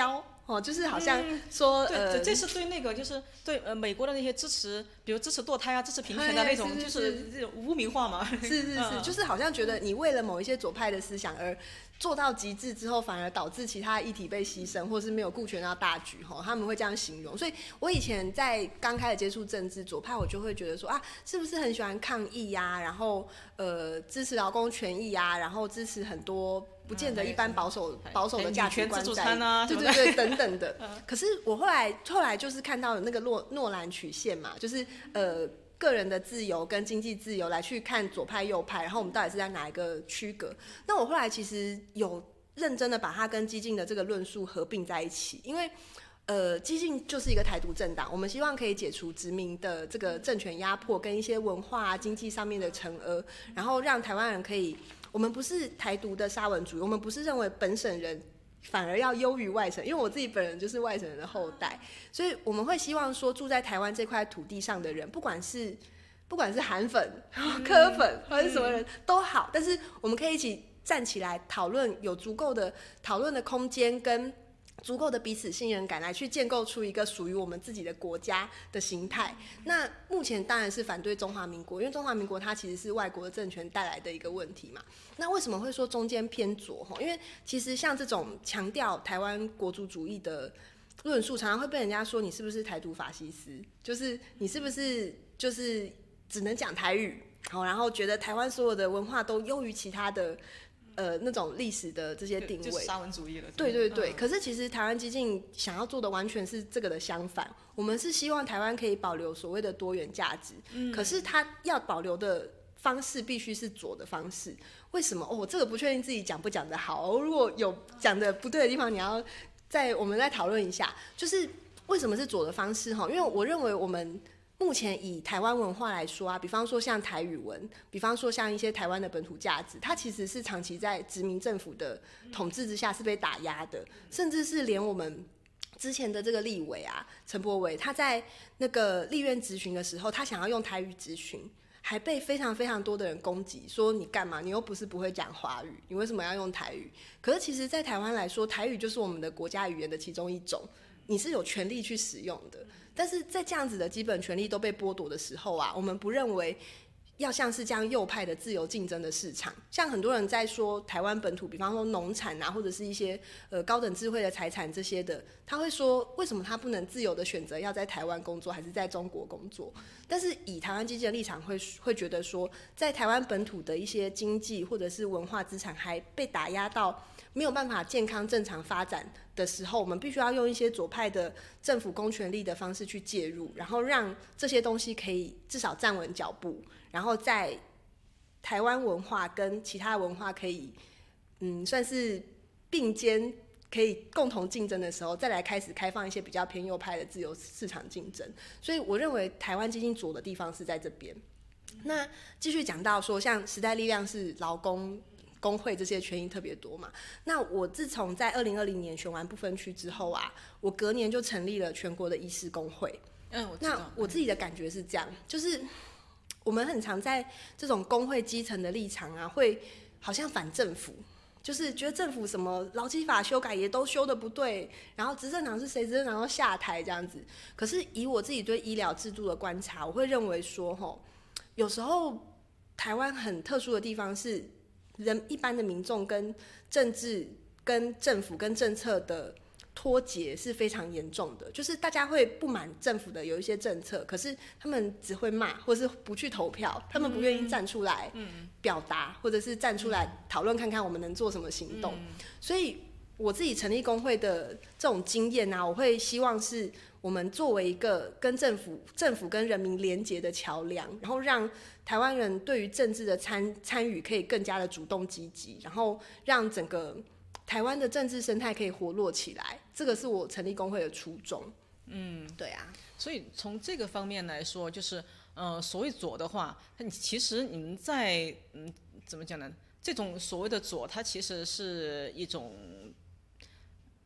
哦，就是好像说、 对， 呃， 这这是对那个就是对呃美国的那些支持，比如支持堕胎啊、支持平权的那种， 是是就是这种污名化嘛。 是是是， 嗯就是好像觉得你为了某一些左派的思想而做到极致之后，反而导致其他议题被牺牲，或是没有顾全到大局，吼，他们会这样形容。所以我以前在刚开始接触政治左派，我就会觉得说啊，是不是很喜欢抗议呀、啊，然后呃支持劳工权益啊，然后支持很多不见得一般保守、嗯、保守的价值观在， 啊、 对对对，等等的。可是我后来后来就是看到了那个诺诺兰曲线嘛，就是呃。个人的自由跟经济自由来去看左派右派，然后我们到底是在哪一个区隔？那我后来其实有认真的把它跟激进的这个论述合并在一起，因为呃，激进就是一个台独政党，我们希望可以解除殖民的这个政权压迫跟一些文化啊、经济上面的惩恶，然后让台湾人可以，我们不是台独的沙文主义，我们不是认为本省人反而要优于外省，因为我自己本人就是外省人的后代，所以我们会希望说住在台湾这块土地上的人，不管是不管是韩粉、柯粉或者是什么人都好，但是我们可以一起站起来讨论，有足够的讨论的空间跟足够的彼此信任感，来去建构出一个属于我们自己的国家的形态。那目前当然是反对中华民国，因为中华民国它其实是外国的政权带来的一个问题嘛。那为什么会说中间偏左？因为其实像这种强调台湾国族主义的论述，常常会被人家说你是不是台独法西斯，就是你是不是就是只能讲台语，然后觉得台湾所有的文化都优于其他的。呃，那种历史的这些定位， 就是沙文主义了。 对对对、 嗯， 可是其实台湾激进想要做的完全是这个的相反。我们是希望台湾可以保留所谓的多元价值，嗯、可是它要保留的方式必须是左的方式。为什么？哦，我这个不确定自己讲不讲得好。如果有讲的不对的地方，你要再我们再讨论一下。就是为什么是左的方式？哈，因为我认为我们。目前以台湾文化来说啊，比方说像台语文，比方说像一些台湾的本土价值，它其实是长期在殖民政府的统治之下是被打压的，甚至是连我们之前的这个立委啊，陈柏惟，他在那个立院质询的时候，他想要用台语质询，还被非常非常多的人攻击，说你干嘛？你又不是不会讲华语，你为什么要用台语？可是其实，在台湾来说，台语就是我们的国家语言的其中一种，你是有权利去使用的。但是在这样子的基本权利都被剥夺的时候啊，我们不认为要像是这样右派的自由竞争的市场，像很多人在说台湾本土，比方说农产啊，或者是一些呃高等智慧的财产这些的，他会说为什么他不能自由的选择要在台湾工作还是在中国工作？但是以台湾基金的立场会会觉得说，在台湾本土的一些经济或者是文化资产还被打压到没有办法健康正常发展的时候，我们必须要用一些左派的政府公权力的方式去介入，然后让这些东西可以至少站稳脚步，然后在台湾文化跟其他文化可以嗯算是并肩可以共同竞争的时候，再来开始开放一些比较偏右派的自由市场竞争。所以我认为台湾基金左的地方是在这边。那继续讲到说，像时代力量是劳工工会这些权益特别多嘛，那我自从在二零二零年选完不分区之后啊，我隔年就成立了全国的医师工会。 嗯，我知道。 那我自己的感觉是这样，就是我们很常在这种工会基层的立场啊，会好像反政府，就是觉得政府什么劳基法修改也都修得不对，然后执政党是谁，执政党要下台这样子。可是以我自己对医疗制度的观察，我会认为说，吼，有时候台湾很特殊的地方是，人一般的民众跟政治、跟政府、跟政策的脱节是非常严重的，就是大家会不满政府的有一些政策，可是他们只会骂，或是不去投票，他们不愿意站出来表达，或者是站出来讨论看看我们能做什么行动。所以我自己成立工会的这种经验啊，我会希望是我们作为一个跟政府、政府跟人民连结的桥梁，然后让台湾人对于政治的参参与可以更加的主动积极，然后让整个台湾的政治生态可以活络起来，这个是我成立工会的初衷。嗯，对啊。 所以从这个方面来说，就是呃，所谓左的话，其实你们在嗯怎么讲呢？这种所谓的左，它其实是一种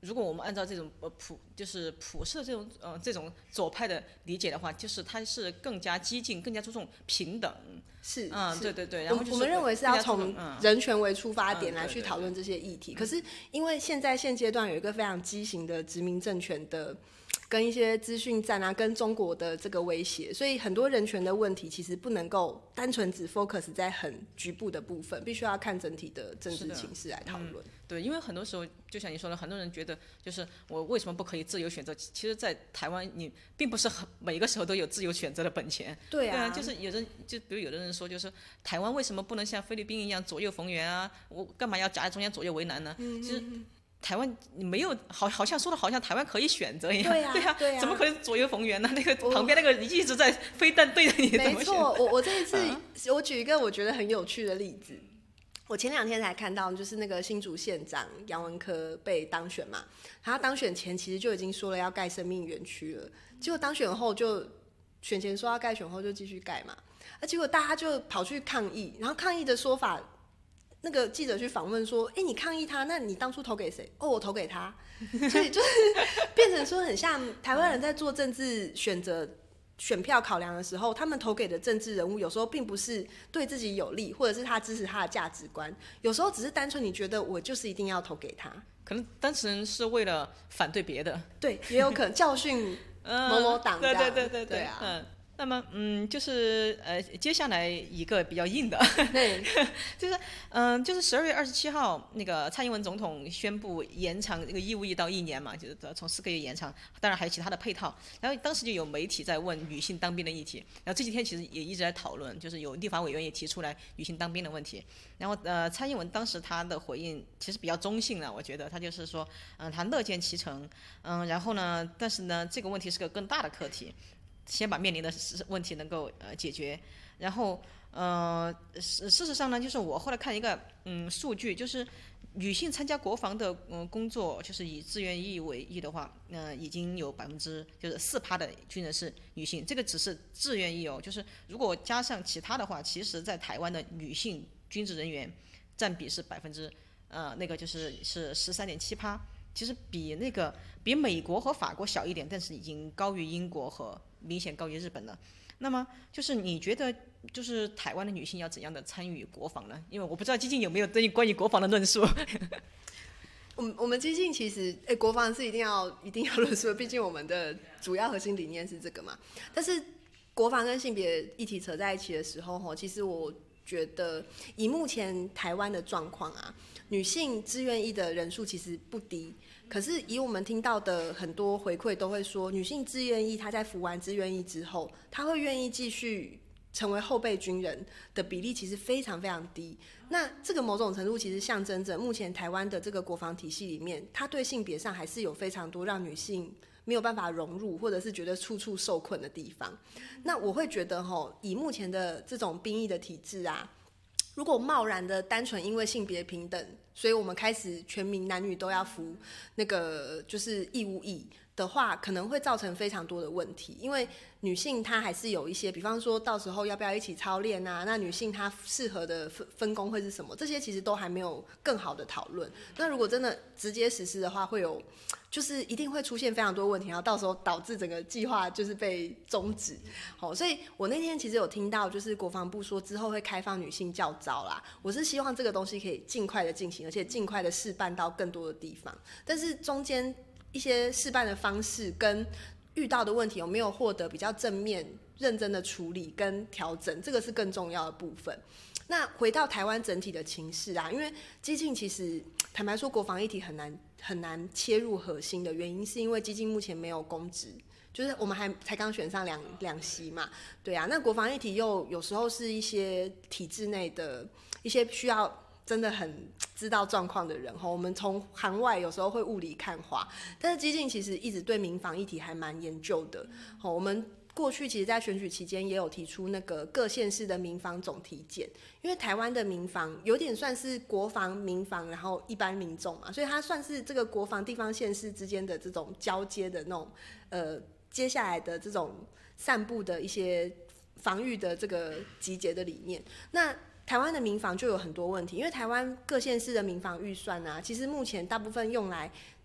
如果我们按照这种呃普就是普世的这种呃这种左派的理解的话，就是它是更加激进，更加注重平等。 是， 嗯， 是对对对。然后就是我们认为是要从嗯人权为出发点嗯来对对对去讨论这些议题。可是因为现在现阶段有一个非常畸形的殖民政权的。跟一些资讯战啊，跟中国的这个威胁，所以很多人权的问题其实不能够单纯只 focus 在很局部的部分，必须要看整体的政治情势来讨论。 嗯。对，因为很多时候就像你说的，很多人觉得就是我为什么不可以自由选择？其实，在台湾你并不是很每个时候都有自由选择的本钱。 对啊， 对啊，就是有人就比如有的人说，就是台湾为什么不能像菲律宾一样左右逢源啊？我干嘛要夹在中间左右为难呢？ 嗯、 其实。台湾你没有好，好像说的好像台湾可以选择一样， 对呀、啊， 对呀、啊对啊， 怎么可能左右逢源呢？那个旁边那个一直在飞弹对着你，怎么选？ 没错，我我这一次、啊、我举一个我觉得很有趣的例子，我前两天才看到，就是那个新竹县长杨文科被当选嘛，他当选前其实就已经说了要盖生命园区了，结果当选后就选前说要盖，选后就继续盖嘛，啊，结果大家就跑去抗议，然后抗议的说法。那个记者去访问说：“哎、欸，你抗议他，那你当初投给谁？哦，我投给他。”所以就是变成说，很像台湾人在做政治选择、选票考量的时候，他们投给的政治人物，有时候并不是对自己有利，或者是他支持他的价值观，有时候只是单纯你觉得我就是一定要投给他。 可能当事人是为了反对别的， 对，也有可能教训某某党这样、 嗯。对对对对对啊。 嗯那么，嗯，就是呃，接下来一个比较硬的， 对， 就是嗯、呃，就是十二月二十七号，那个蔡英文总统宣布延长这个义务役到一年嘛，就是从四个月延长，当然还有其他的配套。然后当时就有媒体在问女性当兵的议题，然后这几天其实也一直在讨论，就是有立法委员也提出来女性当兵的问题。然后呃，蔡英文当时他的回应其实比较中性了，我觉得他就是说，嗯、呃，他乐见其成，嗯、呃，然后呢，但是呢，这个问题是个更大的课题。先把面临的问题能够呃解决，然后呃事事实上呢，就是我后来看一个嗯数据，就是女性参加国防的嗯、呃、工作，就是以志愿役为役的话，呃已经有百分之就是四趴的军人是女性，这个只是志愿役哦，就是如果加上其他的话，其实在台湾的女性军职人员占比是百分之呃那个就是是十三点七趴，其实比那个比美国和法国小一点，但是已经高于英国和。明显高于日本了。那么就是你觉得，就是台湾的女性要怎样的参与国防呢？因为我不知道基金有没有对关于国防的论述。 我们我们基金其实，哎、欸，国防是一定要一定要论述的，毕竟我们的主要核心理念是这个嘛。但是国防跟性别议题扯在一起的时候，哈，其实我觉得以目前台湾的状况啊，女性志愿役的人数其实不低。可是以我们听到的很多回馈都会说，女性志愿役她在服完志愿役之后，她会愿意继续成为后备军人的比例其实非常非常低。那这个某种程度其实象征着目前台湾的这个国防体系里面，它对性别上还是有非常多让女性没有办法融入，或者是觉得处处受困的地方。那我会觉得齁，以目前的这种兵役的体制啊，如果贸然的单纯因为性别平等，所以我们开始全民男女都要服那个就是义务役的话，可能会造成非常多的问题。因为女性她还是有一些，比方说到时候要不要一起操练啊，那女性她适合的分分工会是什么，这些其实都还没有更好的讨论。那如果真的直接实施的话，会有就是一定会出现非常多问题，然后到时候导致整个计划就是被终止。好，所以我那天其实有听到，就是国防部说之后会开放女性教召啦。我是希望这个东西可以尽快的进行，而且尽快的试办到更多的地方。但是中间一些试办的方式跟遇到的问题有没有获得比较正面、认真的处理跟调整，这个是更重要的部分。那回到台湾整体的情势啊，因为基进其实坦白说，国防议题很难很难切入核心的原因，是因为基进目前没有公职，就是我们还才刚选上两两席嘛，对啊。那国防议题又有时候是一些体制内的一些需要真的很知道状况的人，我们从行外有时候会雾里看花，但是基进其实一直对民防议题还蛮研究的。我们过去其实在选举期间也有提出那个各县市的民防总体检，因为台湾的民防有点算是国防、民防，然后一般民众嘛，所以它算是这个国防地方县市之间的这种交接的那种呃接下来的这种散布的一些防御的这个集结的理念。那台湾的民防就有很多问题，因为台湾各县市的民防预算啊，其实目前大部分用来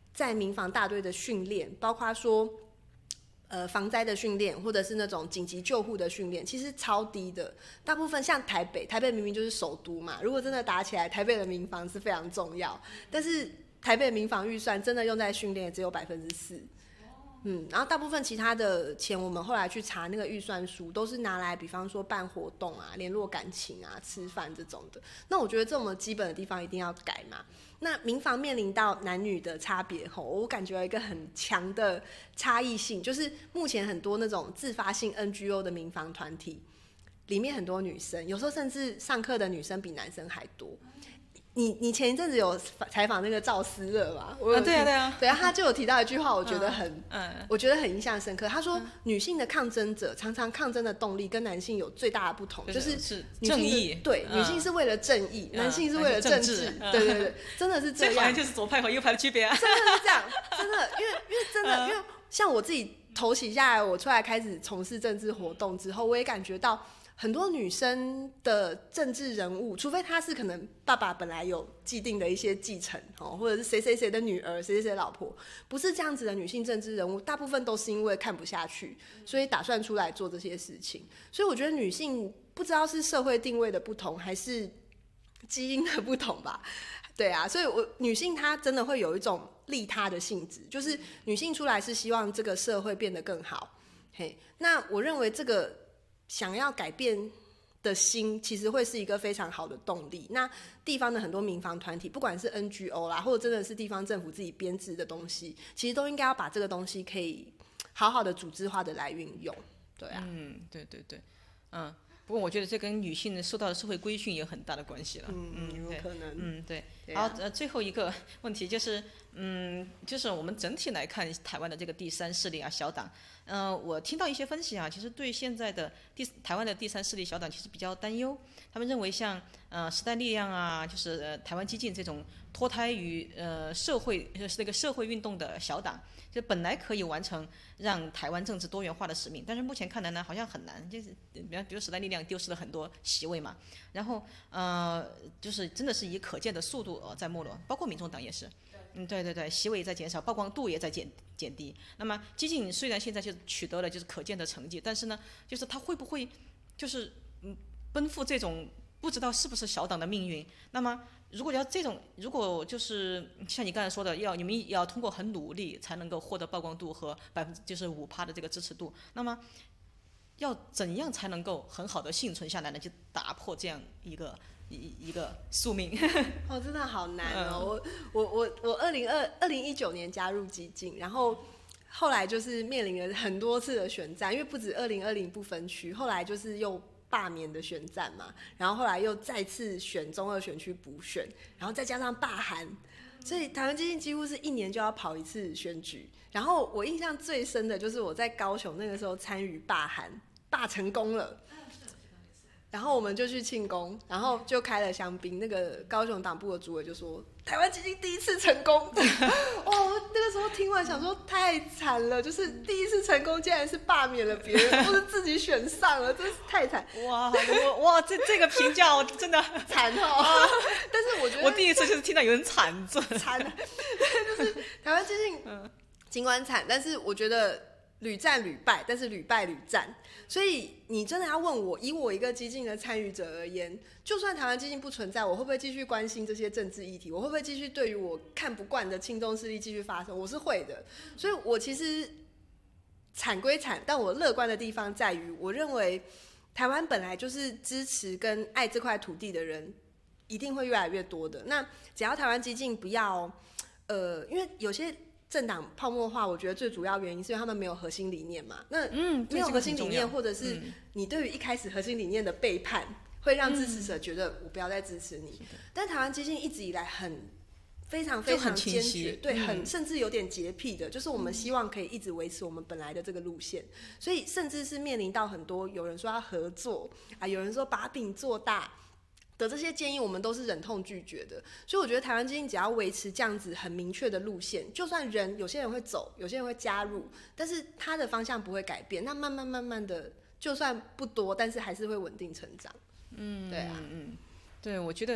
在民防大队的训练，包括说呃防灾的训练，或者是那种紧急救护的训练，其实超低的。大部分像台北，台北明明就是首都嘛，如果真的打起来，台北的民防是非常重要，但是台北民防预算真的用在训练只有百分之四。嗯，然后大部分其他的钱，我们后来去查那个预算书，都是拿来，比方说办活动啊、联络感情啊、吃饭这种的。那我觉得这么基本的地方一定要改嘛。那民防面临到男女的差别吼，我感觉有一个很强的差异性，就是目前很多那种自发性 N G O 的民防团体，里面很多女生，有时候甚至上课的女生比男生还多。你你前一阵子有采访那个赵思乐嘛？我啊，对啊，对啊， 对啊，他就有提到一句话，我觉得很， 嗯嗯、 我觉得很印象深刻。他说，嗯、女性的抗争者常常抗争的动力跟男性有最大的不同，就是是正义。 对，嗯、女性是为了正义，嗯、男性是为了政治。嗯、对对对，真的是这样。 这好像就是左派和右派的区别啊。 真的是这样，真的，因为因为真的，嗯、因为像我自己头洗下来，我出来开始从事政治活动之后，我也感觉到。很多女生的政治人物，除非她是可能爸爸本来有既定的一些继承，或者是谁谁谁的女儿、谁谁谁老婆，不是这样子的女性政治人物，大部分都是因为看不下去，所以打算出来做这些事情。所以我觉得女性不知道是社会定位的不同，还是基因的不同吧。对啊，所以我女性她真的会有一种利他的性质，就是女性出来是希望这个社会变得更好。嘿，那我认为这个。想要改变的心，其实会是一个非常好的动力。那地方的很多民防团体，不管是 N G O 啦，或者真的是地方政府自己编制的东西，其实都应该要把这个东西可以好好的组织化的来运用。对啊， 嗯，对对对，嗯。不过我觉得这跟女性受到的社会规训也有很大的关系了。 嗯嗯，有可能。 嗯，对。 对啊、 好，呃，最后一个问题就是，嗯，就是我们整体来看台湾的这个第三势力啊，小党，嗯、呃，我听到一些分析啊，其实对现在的第台湾的第三势力小党其实比较担忧。他们认为像呃时代力量啊，就是呃台湾激进这种脱胎于呃社会就是那个社会运动的小党。就本来可以完成让台湾政治多元化的使命，但是目前看来呢，好像很难。就是比如比如时代力量丢失了很多席位嘛，然后呃，就是真的是以可见的速度呃在没落，包括民众党也是。嗯，对对对，席位也在减少，曝光度也在减减低。那么激进虽然现在就取得了就是可见的成绩，但是呢，就是他会不会就是嗯奔赴这种不知道是不是小党的命运？那么。如果要这种，如果就是像你刚才说的，要你们要通过很努力才能够获得曝光度和百分之就是五趴的这个支持度，那么要怎样才能够很好的幸存下来呢？就打破这样一个一一个宿命。 哦，真的好难哦！嗯、我我我我二零二二零一九年加入激进，然后后来就是面临了很多次的选战，因为不止二零二零不分区，后来就是又。罢免的选战嘛，然后后来又再次选中二选区补选，然后再加上罢韩，所以台湾激进几乎是一年就要跑一次选举。然后我印象最深的就是我在高雄那个时候参与罢韩，罢成功了。然后我们就去庆功，然后就开了香槟。那个高雄党部的主委就说：“台湾激进第一次成功。”哇！我那个时候听完想说太惨了，就是第一次成功竟然是罢免了别人，不是自己选上了，真是太惨。 哇！我哇，这这个评价我真的惨哦。但是我觉得我第一次就是听到有人惨这惨，就是台湾激进尽管惨，但是我觉得。屡战屡败，但是屡败屡战，所以你真的要问我，以我一个激进的参与者而言，就算台湾激进不存在，我会不会继续关心这些政治议题？我会不会继续对于我看不惯的亲中势力继续发声？我是会的，所以我其实惨归惨，但我乐观的地方在于，我认为台湾本来就是支持跟爱这块土地的人，一定会越来越多的。那只要台湾激进不要，呃，因为有些。政党泡沫化，我觉得最主要原因是因为他们没有核心理念嘛。那没有核心理念，或者是你对于一开始核心理念的背叛，会让支持者觉得我不要再支持你。但台湾激进一直以来很非常非常坚决，对，很甚至有点洁癖的，就是我们希望可以一直维持我们本来的这个路线。所以甚至是面临到很多有人说要合作啊，有人说把饼做大。的这些建议我们都是忍痛拒绝的，所以我觉得台湾激进只要维持这样子很明确的路线，就算人有些人会走，有些人会加入，但是他的方向不会改变，那慢慢慢慢的，就算不多，但是还是会稳定成长。 嗯， 对啊， 嗯，对，我觉得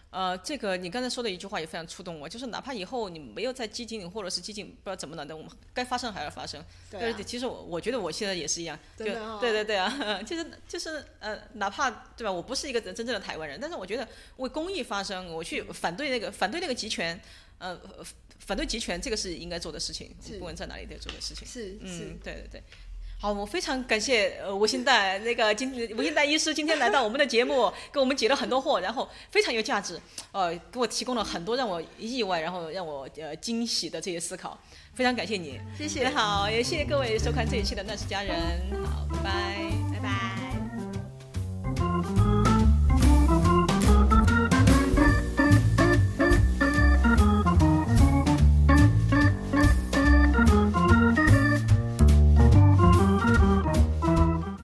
呃，这个你刚才说的一句话也非常触动我，就是哪怕以后你没有在激进或者是激进，不知道怎么了的，我们该发生还要发生。 对、啊， 其实我我觉得我现在也是一样，就真的哦、 对对对啊，就是就是呃，哪怕对吧，我不是一个真正的台湾人，但是我觉得为公益发声，我去反对那个反对那个集权，呃，反对集权，这个是应该做的事情，不管在哪里都要做的事情。 是， 嗯， 是对对对。好，我非常感谢呃吴欣岱那个今吴欣岱医师今天来到我们的节目，给我们解了很多惑，然后非常有价值，呃，给我提供了很多让我意外，然后让我呃惊喜的这些思考，非常感谢你， 谢谢。 好，也谢谢各位收看这一期的《乱世佳人》，好，拜拜， 拜拜。